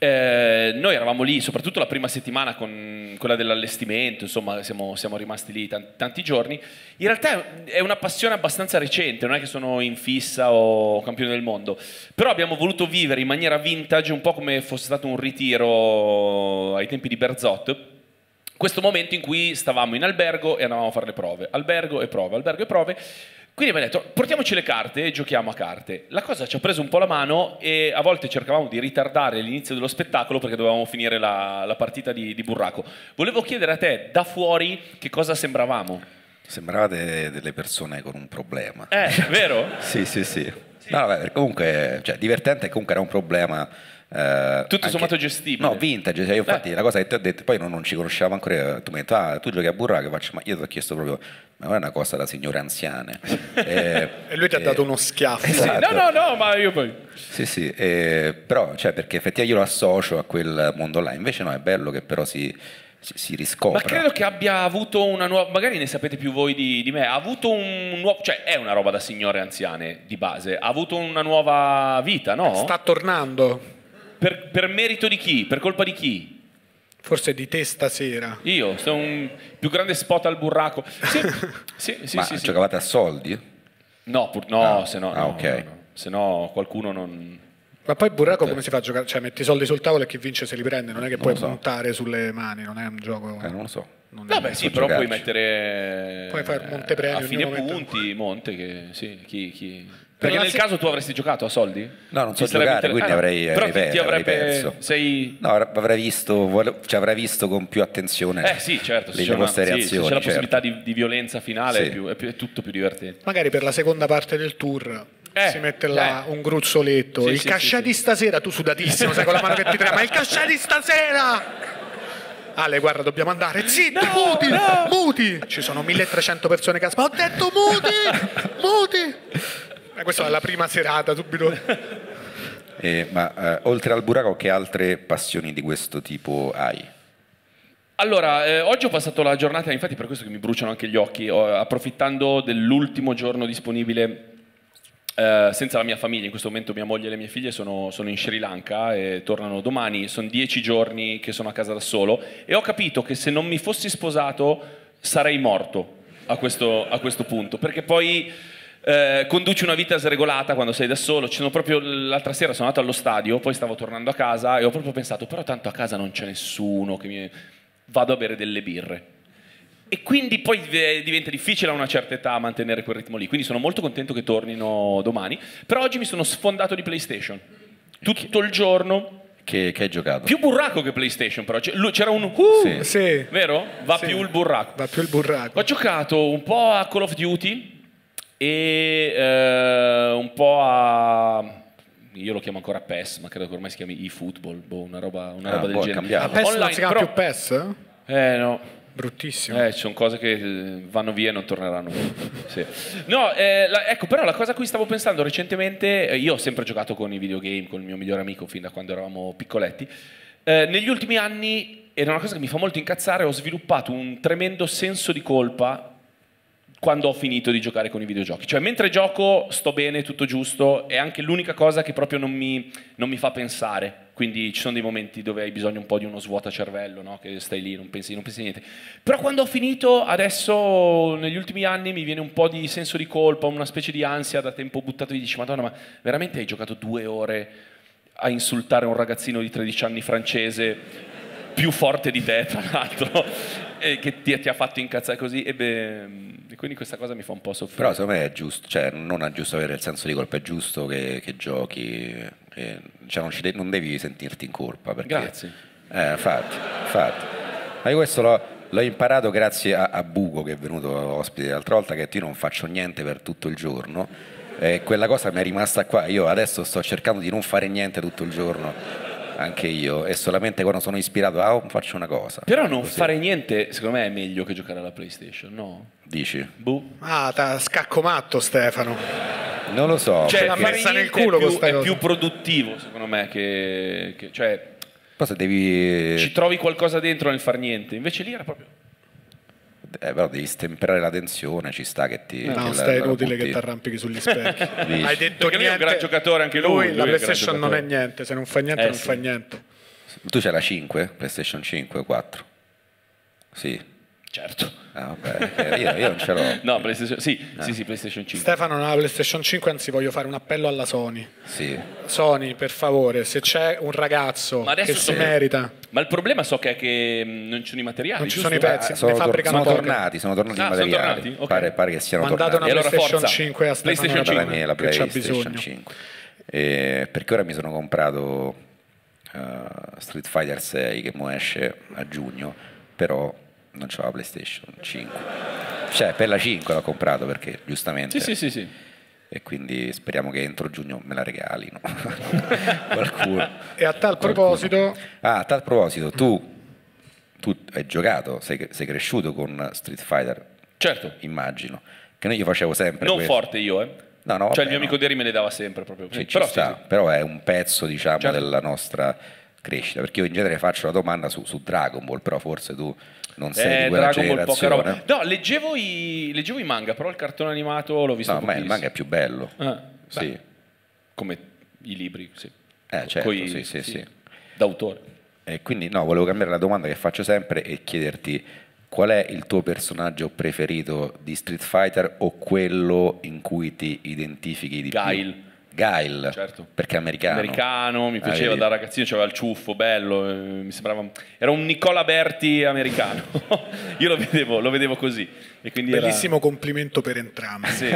Noi eravamo lì soprattutto la prima settimana con quella dell'allestimento, insomma siamo rimasti lì tanti giorni. In realtà è una passione abbastanza recente, non è che sono in fissa o campione del mondo, però abbiamo voluto vivere in maniera vintage, un po' come fosse stato un ritiro ai tempi di Berzot, questo momento in cui stavamo in albergo e andavamo a fare le prove, albergo e prove, albergo e prove. Quindi abbiamo detto, portiamoci le carte e giochiamo a carte. La cosa ci ha preso un po' la mano e a volte cercavamo di ritardare l'inizio dello spettacolo perché dovevamo finire la partita di burraco. Volevo chiedere a te, da fuori, che cosa sembravamo? Sembravate delle persone con un problema. Vero? Sì. No, vabbè, comunque, cioè, divertente comunque era un problema. Tutto sommato gestibile. No, vintage. Cioè io infatti la cosa che ti ho detto, poi non ci conoscevamo ancora. Tu mi hai detto, tu giochi a burraco, faccio, ma io ti ho chiesto proprio, ma non è una cosa da signore anziane. E lui ti ha dato uno schiaffo. Esatto. No, ma io poi... Sì, però, cioè, perché effettivamente io lo associo a quel mondo là, invece no, è bello che però si riscopra. Ma credo che abbia avuto una nuova, magari ne sapete più voi di me, ha avuto un nuovo, cioè è una roba da signore anziane di base, ha avuto una nuova vita, no? Sta tornando. Per merito di chi? Per colpa di chi? Forse di te stasera. Io, sono un più grande spot al burraco. Sì. Ma sì. giocavate a soldi? No, se no, ok. no. Se no qualcuno non... Ma poi il burraco come si fa a giocare? Cioè metti i soldi sul tavolo e chi vince se li prende, non è che puoi lo so. puntare sulle mani, non è un gioco. Non lo so. Non è- Vabbè, sì, so però puoi giocarci. mettere Puoi fare montepremi, a fine ognuno mette- punti, monte che sì, chi... Per Perché la nel caso tu avresti giocato a soldi? No, non so Ti sarebbe giocare, quindi avrei però avrei ti avrebbe perso. sei No, ci avrei visto con più attenzione sì, certo, se le c'è, vostre se reazioni. c'è la certo. possibilità di violenza finale Sì. è tutto più divertente. Magari per la seconda parte del tour si mette là un gruzzoletto. Sì, il sì, cascià sì, di stasera, tu sudatissimo, sai con la mano che ti trema, il cascià di stasera! Ale, guarda, dobbiamo andare. Zitti, muti! Ci sono 1300 persone che aspettano. Ho detto muti! Questa è la prima serata, subito. Ma oltre al burraco, che altre passioni di questo tipo hai? Allora, oggi ho passato la giornata, infatti per questo che mi bruciano anche gli occhi, approfittando dell'ultimo giorno disponibile senza la mia famiglia. In questo momento mia moglie e le mie figlie sono in Sri Lanka e tornano domani. Sono 10 giorni che sono a casa da solo e ho capito che se non mi fossi sposato sarei morto a questo punto, perché poi conduci una vita sregolata quando sei da solo. L'altra sera sono andato allo stadio, poi stavo tornando a casa e ho proprio pensato, però tanto a casa non c'è nessuno, vado a bere delle birre. E quindi poi diventa difficile a una certa età mantenere quel ritmo lì. Quindi sono molto contento che tornino domani. Però oggi mi sono sfondato di PlayStation. Tutto il giorno. Che hai giocato? Più burraco che PlayStation, però. C'era un... Sì. Sì. Vero? Va Sì. più il burraco. Va più il burraco. Ho giocato un po' a Call of Duty e un po' a... Io lo chiamo ancora PES, ma credo che ormai si chiami eFootball, una roba del è genere. cambiato. A PES non Online, si chiama però- più PES? No. Bruttissimo. Ci sono cose che vanno via e non torneranno più. Sì. No, ecco, però la cosa a cui stavo pensando recentemente, io ho sempre giocato con i videogame, con il mio migliore amico fin da quando eravamo piccoletti. Negli ultimi anni, era una cosa che mi fa molto incazzare, ho sviluppato un tremendo senso di colpa quando ho finito di giocare con i videogiochi. Cioè, mentre gioco sto bene, tutto giusto, è anche l'unica cosa che proprio non mi fa pensare. Quindi ci sono dei momenti dove hai bisogno un po' di uno svuotacervello, no? Che stai lì, non pensi niente. Però quando ho finito, adesso, negli ultimi anni, mi viene un po' di senso di colpa, una specie di ansia da tempo buttato via. Dici, Madonna, ma veramente hai giocato 2 ore a insultare un ragazzino di 13 anni francese, più forte di te, tra l'altro, che ti ha fatto incazzare così? E quindi questa cosa mi fa un po' soffrire. Però secondo me è giusto, cioè non è giusto avere il senso di colpa, è giusto che giochi, cioè non devi sentirti in colpa. Perché, grazie. Infatti. Ma io questo l'ho imparato grazie a Bugo, che è venuto ospite l'altra volta, che io non faccio niente per tutto il giorno, e quella cosa mi è rimasta qua. Io adesso sto cercando di non fare niente tutto il giorno, anche io, e solamente quando sono ispirato faccio una cosa. Però non fare niente, secondo me, è meglio che giocare alla PlayStation, no? Dici? Boh. Scacco matto, Stefano. Non lo so. Cioè, la fare messa nel niente culo è più produttivo, secondo me, cioè, Poi se devi... ci trovi qualcosa dentro nel far niente. Invece lì era proprio... però devi stemperare la tensione, ci sta che ti... No, sta inutile che ti arrampichi sugli specchi. Hai detto Perché lui niente. è un gran giocatore anche lui. La lui è un PlayStation gran non è giocatore. niente, se non fa niente non sì. fa niente. Tu c'hai la 5? PlayStation 5 o 4? Sì. Certo. Vabbè, io non ce l'ho. No, PlayStation, sì, PlayStation 5. Stefano non ha la PlayStation 5, anzi voglio fare un appello alla Sony. Sì. Sony, per favore, se c'è un ragazzo che si merita... Ma il problema so che è che non ci sono i materiali. Non ci giusto? sono i pezzi, Sono, ne fabbricano poche. sono tornati i sono materiali. tornati? Okay. Pare che siano Mandate tornati. una E allora PlayStation forza. 5 a Stefano PlayStation 5. La che c'ha PlayStation bisogno. 5. Perché ora mi sono comprato Street Fighter 6 che mo esce a giugno, però non c'ho la PlayStation 5. Cioè, per la 5 l'ho comprato perché giustamente... Sì. E quindi speriamo che entro giugno me la regalino. Qualcuno. E a tal proposito... A tal proposito, tu hai giocato, sei cresciuto con Street Fighter? Certo. Immagino. Che io facevo sempre Non questo. forte io, No, vabbè, cioè il mio amico Derry me ne dava sempre proprio. Ci Però sta, sì. però è un pezzo, diciamo, Certo. della nostra crescita. Perché io in genere faccio la domanda su Dragon Ball, però forse tu non sei di quella Dragon Ball, poca roba. generazione. No, leggevo i manga, però il cartone animato l'ho visto No, ma il pochissimo. manga è più bello. Sì. Beh, come i libri, sì. Certo, sì. D'autore. E quindi no, volevo cambiare la domanda che faccio sempre e chiederti qual è il tuo personaggio preferito di Street Fighter o quello in cui ti identifichi di Guile. più? Guile, Certo. Perché è americano. Mi piaceva vedi. da ragazzino, c'aveva il ciuffo bello, mi sembrava... Era un Nicola Berti americano. Io lo vedevo così. E quindi Bellissimo complimento per entrambi. Sì.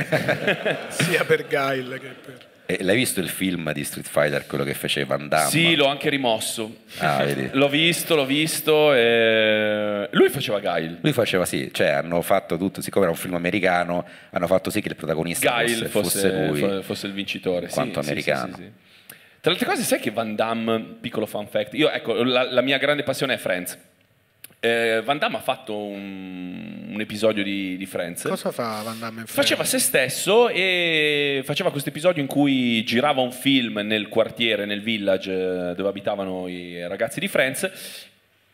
Sia per Guile che per... E l'hai visto il film di Street Fighter, quello che feceva Van Damme? Sì, l'ho anche rimosso. Vedi. L'ho visto e... Lui faceva Guile. Lui faceva sì, cioè hanno fatto tutto, siccome era un film americano, hanno fatto sì che il protagonista Guile fosse lui, fosse il vincitore. in quanto americano. Sì. Tra le altre cose, sai che Van Damme, piccolo fun fact, io ecco, la mia grande passione è Friends. Van Damme ha fatto un episodio di Friends. Cosa fa Van Damme in Faceva se stesso e faceva questo episodio in cui girava un film nel quartiere, nel village dove abitavano i ragazzi di Friends.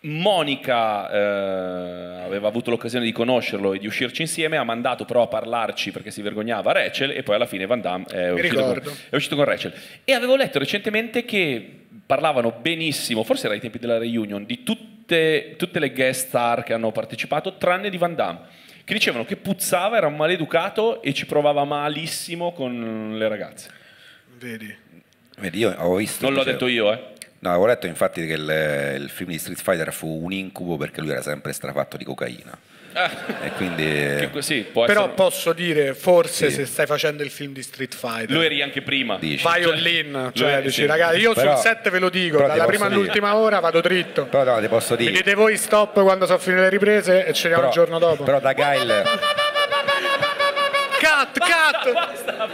Monica aveva avuto l'occasione di conoscerlo e di uscirci insieme, ha mandato però a parlarci perché si vergognava Rachel e poi alla fine Van Damme è uscito con Rachel. E avevo letto recentemente che parlavano benissimo, forse era ai tempi della reunion, di tutte le guest star che hanno partecipato tranne di Van Damme, che dicevano che puzzava, era un maleducato e ci provava malissimo con le ragazze. Vedi, io avevo visto... Non l'ho detto io, No, avevo letto infatti che il film di Street Fighter fu un incubo perché lui era sempre strafatto di cocaina. E quindi... Sì, però posso dire, forse se stai facendo il film di Street Fighter, lui eri anche prima. Dici. vai all in, cioè dici sì. ragazzi, io Però- sul set ve lo dico, però dalla ti prima posso all'ultima ora vado dritto. Però no, ti posso Mi dire... dite voi stop quando sono finite le riprese e ci vediamo il giorno dopo. Però da Guile... Cut!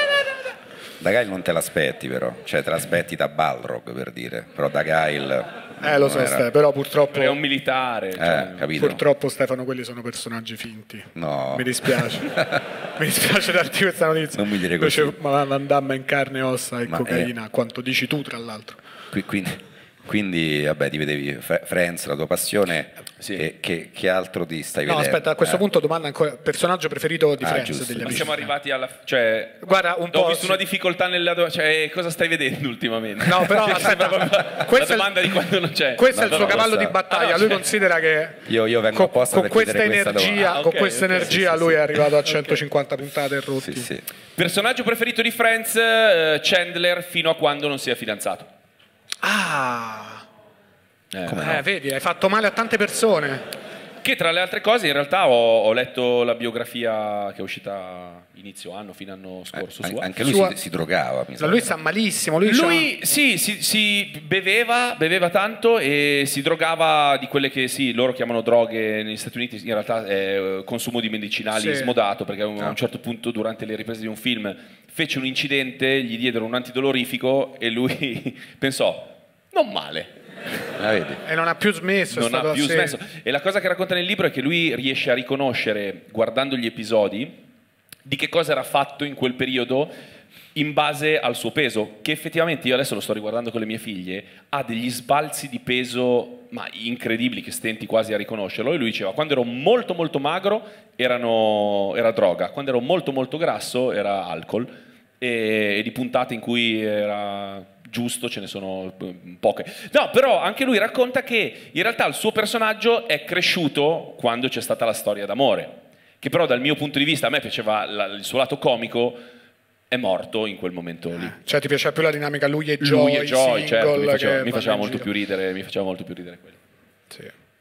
Da Guile non te l'aspetti però, cioè te l'aspetti da Balrog per dire, però da Guile... Lo so, però purtroppo è un militare. Capito? Purtroppo, Stefano, quelli sono personaggi finti. No. Mi dispiace. Mi dispiace darti questa notizia. Non mi dire così. Van Damme in carne e ossa e cocaina, quanto dici tu, tra l'altro. Quindi, vabbè, ti vedevi Friends, la tua passione, sì. Che altro ti stai vedendo? No, aspetta, a questo punto domanda ancora, personaggio preferito di Friends, giusto. degli Ma amici. siamo arrivati alla... Cioè, guarda, un po'... Ho visto una difficoltà nella... Cioè, cosa stai vedendo ultimamente? No, però, aspetta, la domanda di quando non c'è. Questo è il suo cavallo di battaglia, lui considera che... Io vengo apposta con questa energia, con questa energia lui è arrivato a 150 puntate rotti. Sì. Personaggio preferito di Friends, Chandler, fino a quando non si è fidanzato. Vedi, hai fatto male a tante persone. Che tra le altre cose in realtà ho letto la biografia che è uscita inizio anno, fine anno scorso. Anche lui si drogava. Lui sta malissimo. Lui si beveva tanto e si drogava di quelle che loro chiamano droghe negli Stati Uniti, in realtà è consumo di medicinali smodato, perché a un certo punto durante le riprese di un film fece un incidente, gli diedero un antidolorifico e lui pensò, non male. E non ha più smesso. E la cosa che racconta nel libro è che lui riesce a riconoscere, guardando gli episodi, di che cosa era fatto in quel periodo in base al suo peso, che effettivamente io adesso lo sto riguardando con le mie figlie, ha degli sbalzi di peso ma incredibili, che stenti quasi a riconoscerlo. E lui diceva, quando ero molto molto magro era droga, quando ero molto molto grasso era alcol, e di puntate in cui era giusto ce ne sono poche. No, però anche lui racconta che in realtà il suo personaggio è cresciuto quando c'è stata la storia d'amore, che però dal mio punto di vista, a me piaceva il suo lato comico, è morto in quel momento lì. Cioè ti piaceva più la dinamica lui e Joy, certo, mi faceva molto più ridere quello. Sì.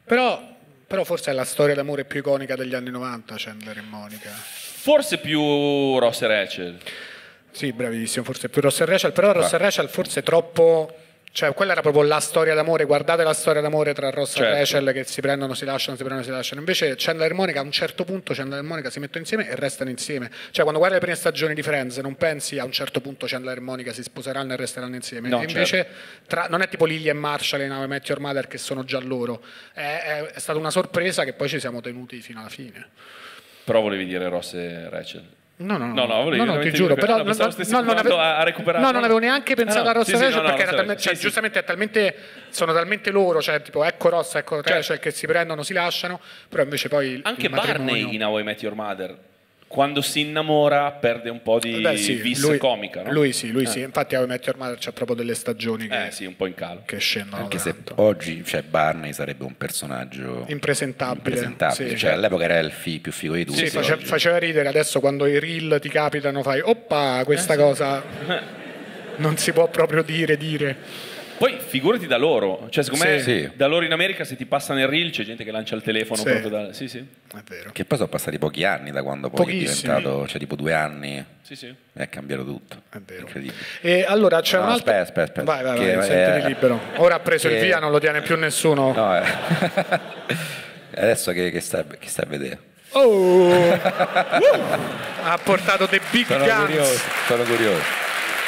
Però forse è la storia d'amore più iconica degli anni 90, Chandler e Monica. Forse più Ross e Rachel. Sì, bravissimo, forse più Ross e Rachel, però Ross e Rachel forse troppo... Cioè, quella era proprio la storia d'amore, guardate la storia d'amore tra Ross e Rachel, che si prendono, si lasciano, si prendono, si lasciano. Invece Chandler e Monica, a un certo punto Chandler e Monica si mettono insieme e restano insieme. Cioè, quando guardi le prime stagioni di Friends, non pensi a un certo punto Chandler e Monica si sposeranno e resteranno insieme. No, e invece non è tipo Lily e Marshall in How I Met Your Mother che sono già loro. È stata una sorpresa che poi ci siamo tenuti fino alla fine. Però volevi dire Ross e Rachel? No, ti giuro, però a recuperare. No, non avevo neanche pensato a Ross e Rachel perché giustamente è talmente, sono talmente loro, cioè tipo ecco Ross, ecco Rachel che si prendono, si lasciano, però invece poi anche Barney in How I Met Your Mother, quando si innamora perde un po' di vis comica, no? Lui sì, infatti How I Met Your Mother c'ha proprio delle stagioni che un po' in calo, che scendono anche tanto. Se oggi Barney sarebbe un personaggio impresentabile. Sì, cioè all'epoca era il più figo di tutti. Sì, faceva ridere. Adesso quando i reel ti capitano fai oppa, questa cosa non si può proprio dire. Poi figurati da loro, cioè secondo me da loro in America se ti passa nel reel c'è gente che lancia il telefono proprio da... Sì, è vero. Che poi sono passati pochi anni da quando poi è diventato, cioè tipo 2 anni. Sì. È cambiato tutto. È vero. Incredibile. E allora c'è un altro... Aspetta. Vai, sentiti libero. Ora ha preso il via, non lo tiene più nessuno. No, adesso che stai a vedere? Ha portato The Big Guns. Sono curioso.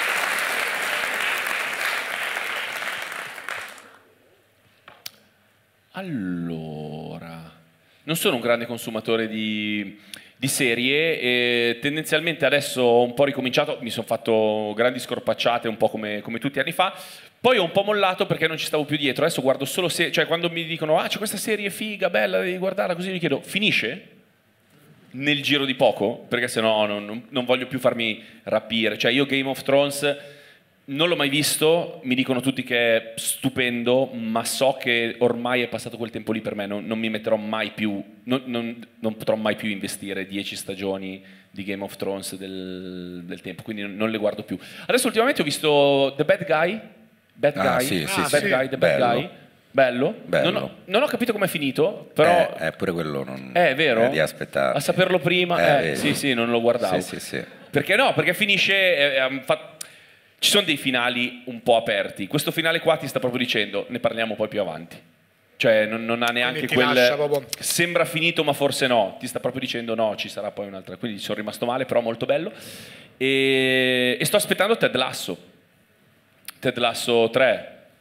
Allora, non sono un grande consumatore di serie e tendenzialmente adesso ho un po' ricominciato, mi sono fatto grandi scorpacciate un po' come tutti gli anni fa, poi ho un po' mollato perché non ci stavo più dietro, adesso guardo solo serie, cioè quando mi dicono c'è questa serie figa, bella, devi guardarla, così mi chiedo, finisce? Nel giro di poco? Perché sennò non voglio più farmi rapire, cioè io Game of Thrones... Non l'ho mai visto, mi dicono tutti che è stupendo, ma so che ormai è passato quel tempo lì per me, non mi metterò mai più, non potrò mai più investire 10 stagioni di Game of Thrones del tempo, quindi non le guardo più. Adesso ultimamente ho visto The Bad Guy, The Bad Guy, bello. Non ho capito com'è finito, però... pure quello non... È vero? Di aspettare. A saperlo prima, sì, non lo guardavo. Sì. Perché no? Perché finisce... Ci sono dei finali un po' aperti. Questo finale qua ti sta proprio dicendo, ne parliamo poi più avanti. Cioè non ha neanche quel... Sembra finito ma forse no. Ti sta proprio dicendo no, ci sarà poi un'altra. Quindi sono rimasto male, però molto bello. E sto aspettando Ted Lasso. Ted Lasso 3.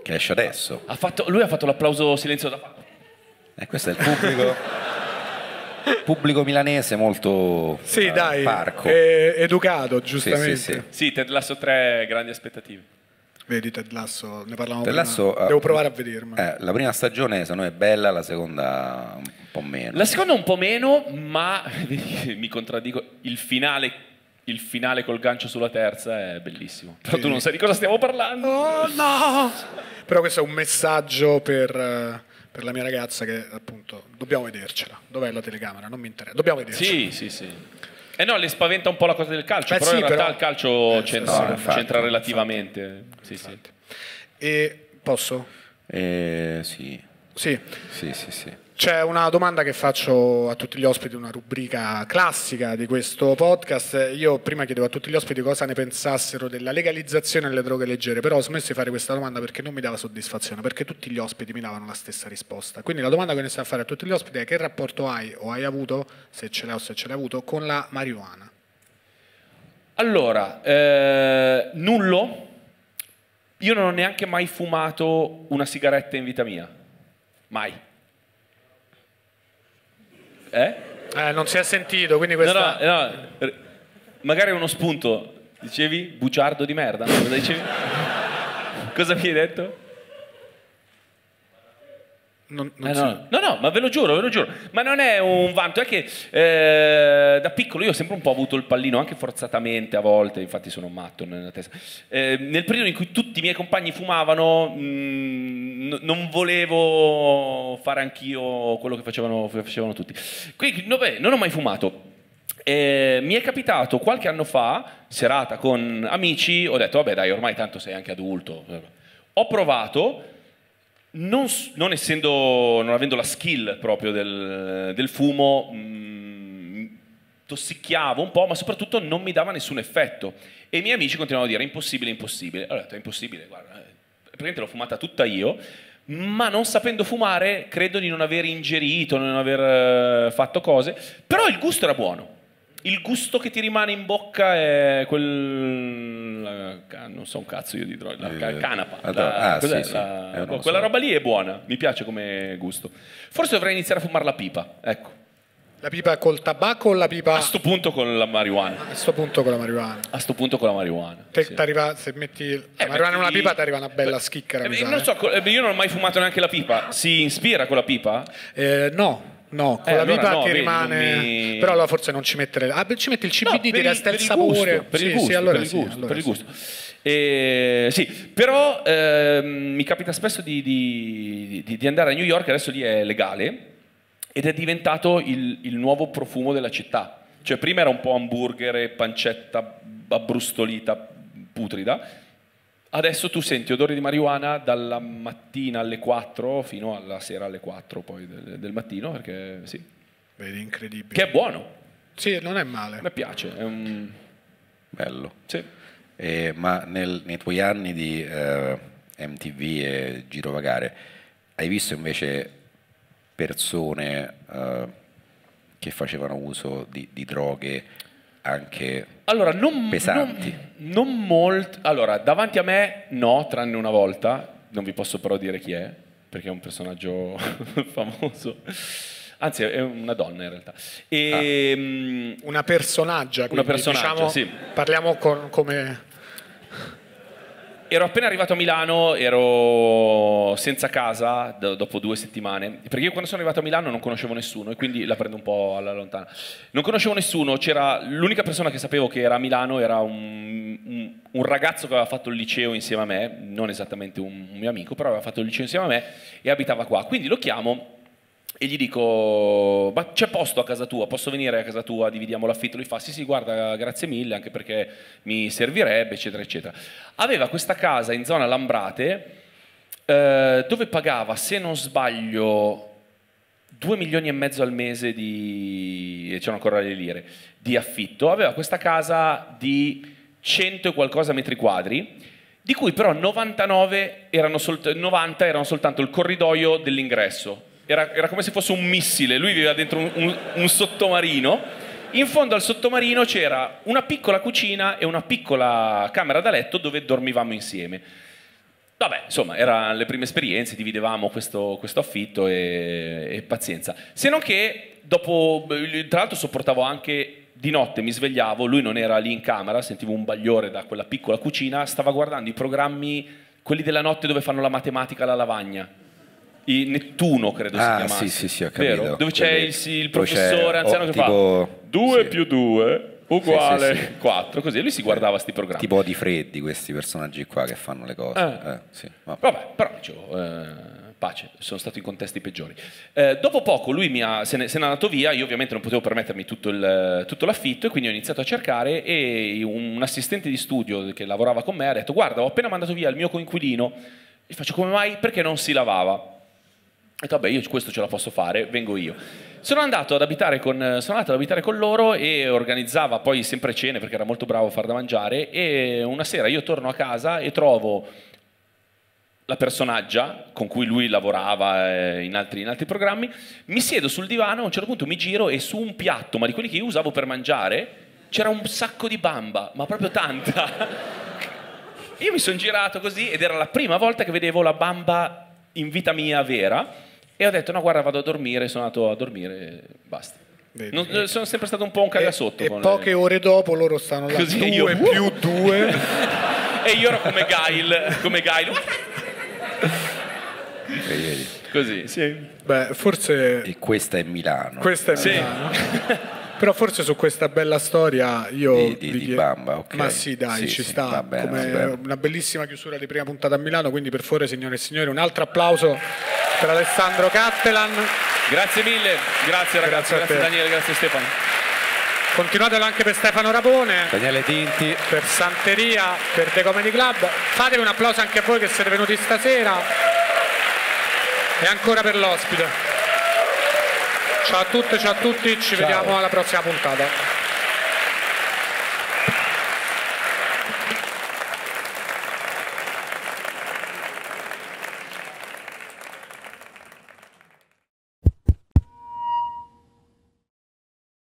che esce adesso. Lui ha fatto l'applauso silenzioso da fatto. E questo è il pubblico. Pubblico milanese molto Sì, dai, parco. educato, giustamente. Sì, Ted Lasso 3, grandi aspettative. Vedi Ted Lasso, ne parlavamo Ted prima. Lasso, Devo provare a vedermi. La prima stagione secondo me è bella, la seconda un po' meno. La seconda un po' meno, ma mi contraddico, il finale col gancio sulla terza è bellissimo. Però tu non sai di cosa stiamo parlando. Oh no! Però questo è un messaggio per la mia ragazza che appunto dobbiamo vedercela. Dov'è la telecamera? Non mi interessa. Dobbiamo vedercela. Sì. No, le spaventa un po' la cosa del calcio, però sì, in realtà però... il calcio c'entra infatti, relativamente. Sì. E posso? Sì. Sì. Sì. C'è una domanda che faccio a tutti gli ospiti, una rubrica classica di questo podcast. Io prima chiedevo a tutti gli ospiti cosa ne pensassero della legalizzazione delle droghe leggere, però ho smesso di fare questa domanda perché non mi dava soddisfazione, perché tutti gli ospiti mi davano la stessa risposta. Quindi la domanda che inizio a fare a tutti gli ospiti è: che rapporto hai o hai avuto, se ce l'hai o se ce l'hai avuto, con la marijuana? Allora, nullo. Io non ho neanche mai fumato una sigaretta in vita mia. Mai. Non si è sentito, quindi questa... No. Magari uno spunto. Dicevi? Bugiardo di merda? Cosa dicevi? Cosa mi hai detto? No, ma ve lo giuro. Ma non è un vanto, è che da piccolo io ho sempre un po' avuto il pallino, anche forzatamente a volte, infatti sono un matto nella testa. Nel periodo in cui tutti i miei compagni fumavano, non volevo fare anch'io quello che facevano tutti. Quindi non ho mai fumato. Mi è capitato qualche anno fa, serata con amici, ho detto vabbè dai, ormai tanto sei anche adulto. Ho provato. Non avendo la skill proprio del fumo, tossicchiavo un po', ma soprattutto non mi dava nessun effetto. E i miei amici continuavano a dire impossibile. Allora ho detto è impossibile, guarda, praticamente l'ho fumata tutta io, ma non sapendo fumare credo di non aver ingerito, non aver fatto cose, però il gusto era buono. Il gusto che ti rimane in bocca è non so un cazzo io di droga, la canapa. Quella roba lì è buona, mi piace come gusto. Forse dovrei iniziare a fumare la pipa, ecco. La pipa col tabacco o la pipa... A sto punto con la marijuana. A sto punto con la marijuana. Sì. Se metti la marijuana in una pipa ti arriva una bella schicchera. Non so, io non ho mai fumato neanche la pipa. Si ispira con la pipa? No, con la pipa che vedi, rimane... Però allora forse non ci mettere... ci metti il CBD, ti resta il sapore. Per il gusto. Sì, però mi capita spesso di andare a New York, adesso lì è legale, ed è diventato il nuovo profumo della città. Cioè prima era un po' hamburger e pancetta abbrustolita, putrida. Adesso tu senti odori di marijuana dalla mattina alle 4 fino alla sera alle 4 poi del mattino, perché sì. Vedi, incredibile. Che è buono. Sì, non è male. A me piace. È un... Bello. Sì. Ma nei tuoi anni di MTV e girovagare, hai visto invece persone che facevano uso di droghe anche pesanti? Non molto. Allora, davanti a me no, tranne una volta, non vi posso però dire chi è, perché è un personaggio famoso. Anzi, è una donna in realtà. Una personaggia, quindi, diciamo, sì. Parliamo come... Ero appena arrivato a Milano, ero senza casa dopo 2 settimane, perché io quando sono arrivato a Milano non conoscevo nessuno e quindi la prendo un po' alla lontana. Non conoscevo nessuno, l'unica persona che sapevo che era a Milano era un ragazzo che aveva fatto il liceo insieme a me, non esattamente un mio amico, però aveva fatto il liceo insieme a me e abitava qua. Quindi lo chiamo e gli dico, ma c'è posto a casa tua, posso venire a casa tua, dividiamo l'affitto? Lui fa, sì, guarda, grazie mille, anche perché mi servirebbe, eccetera, eccetera. Aveva questa casa in zona Lambrate, dove pagava, se non sbaglio, 2,5 milioni al mese e c'erano ancora le lire, di affitto. Aveva questa casa di 100 e qualcosa metri quadri, di cui però 90 erano soltanto il corridoio dell'ingresso. Era come se fosse un missile, lui viveva dentro un sottomarino, in fondo al sottomarino c'era una piccola cucina e una piccola camera da letto dove dormivamo insieme. Vabbè, insomma, erano le prime esperienze, dividevamo questo affitto e pazienza. Se non che dopo, tra l'altro sopportavo anche di notte, mi svegliavo, lui non era lì in camera, sentivo un bagliore da quella piccola cucina, stava guardando i programmi, quelli della notte dove fanno la matematica alla lavagna. Nettuno credo si chiamasse. Sì, ho capito. Vero? Dove c'è il professore anziano che tipo, fa 2 più 2 uguale sì. 4, così lui si guardava sti programmi. Tipo di Freddi, questi personaggi qua che fanno le cose. Sì, vabbè, però pace, sono stato in contesti peggiori. Dopo poco lui se n'è andato via, io ovviamente non potevo permettermi tutto l'affitto e quindi ho iniziato a cercare e un assistente di studio che lavorava con me ha detto guarda, ho appena mandato via il mio coinquilino. E faccio come mai? Perché non si lavava. Ho detto vabbè, io questo ce la posso fare, vengo io. Sono andato ad abitare con loro e organizzava poi sempre cene perché era molto bravo a far da mangiare e una sera io torno a casa e trovo la personaggia con cui lui lavorava in altri programmi, mi siedo sul divano, a un certo punto mi giro e su un piatto, ma di quelli che io usavo per mangiare, c'era un sacco di bamba, ma proprio tanta. Io mi sono girato così ed era la prima volta che vedevo la bamba in vita mia vera. E ho detto no guarda vado a dormire, sono andato a dormire e basta. Sono sempre stato un po' un cagasotto. E poche ore dopo loro stanno là, così 2 più 2. E io ero come Gail. Così, sì. Beh, forse... E questa è Milano. Questa è Milano. Però forse su questa bella storia io... Di Bamba, ok. Ma sì, dai, ci sta. Va bene, come una bellissima chiusura di prima puntata a Milano, quindi per favore, signore e signori, un altro applauso per Alessandro Cattelan. Grazie mille, grazie ragazzi, grazie Daniele, grazie Stefano. Continuatelo anche per Stefano Rapone, Daniele Tinti, per Santeria, per The Comedy Club. Fatevi un applauso anche a voi che siete venuti stasera e ancora per l'ospite. Ciao a tutte, ciao a tutti, ci vediamo alla prossima puntata.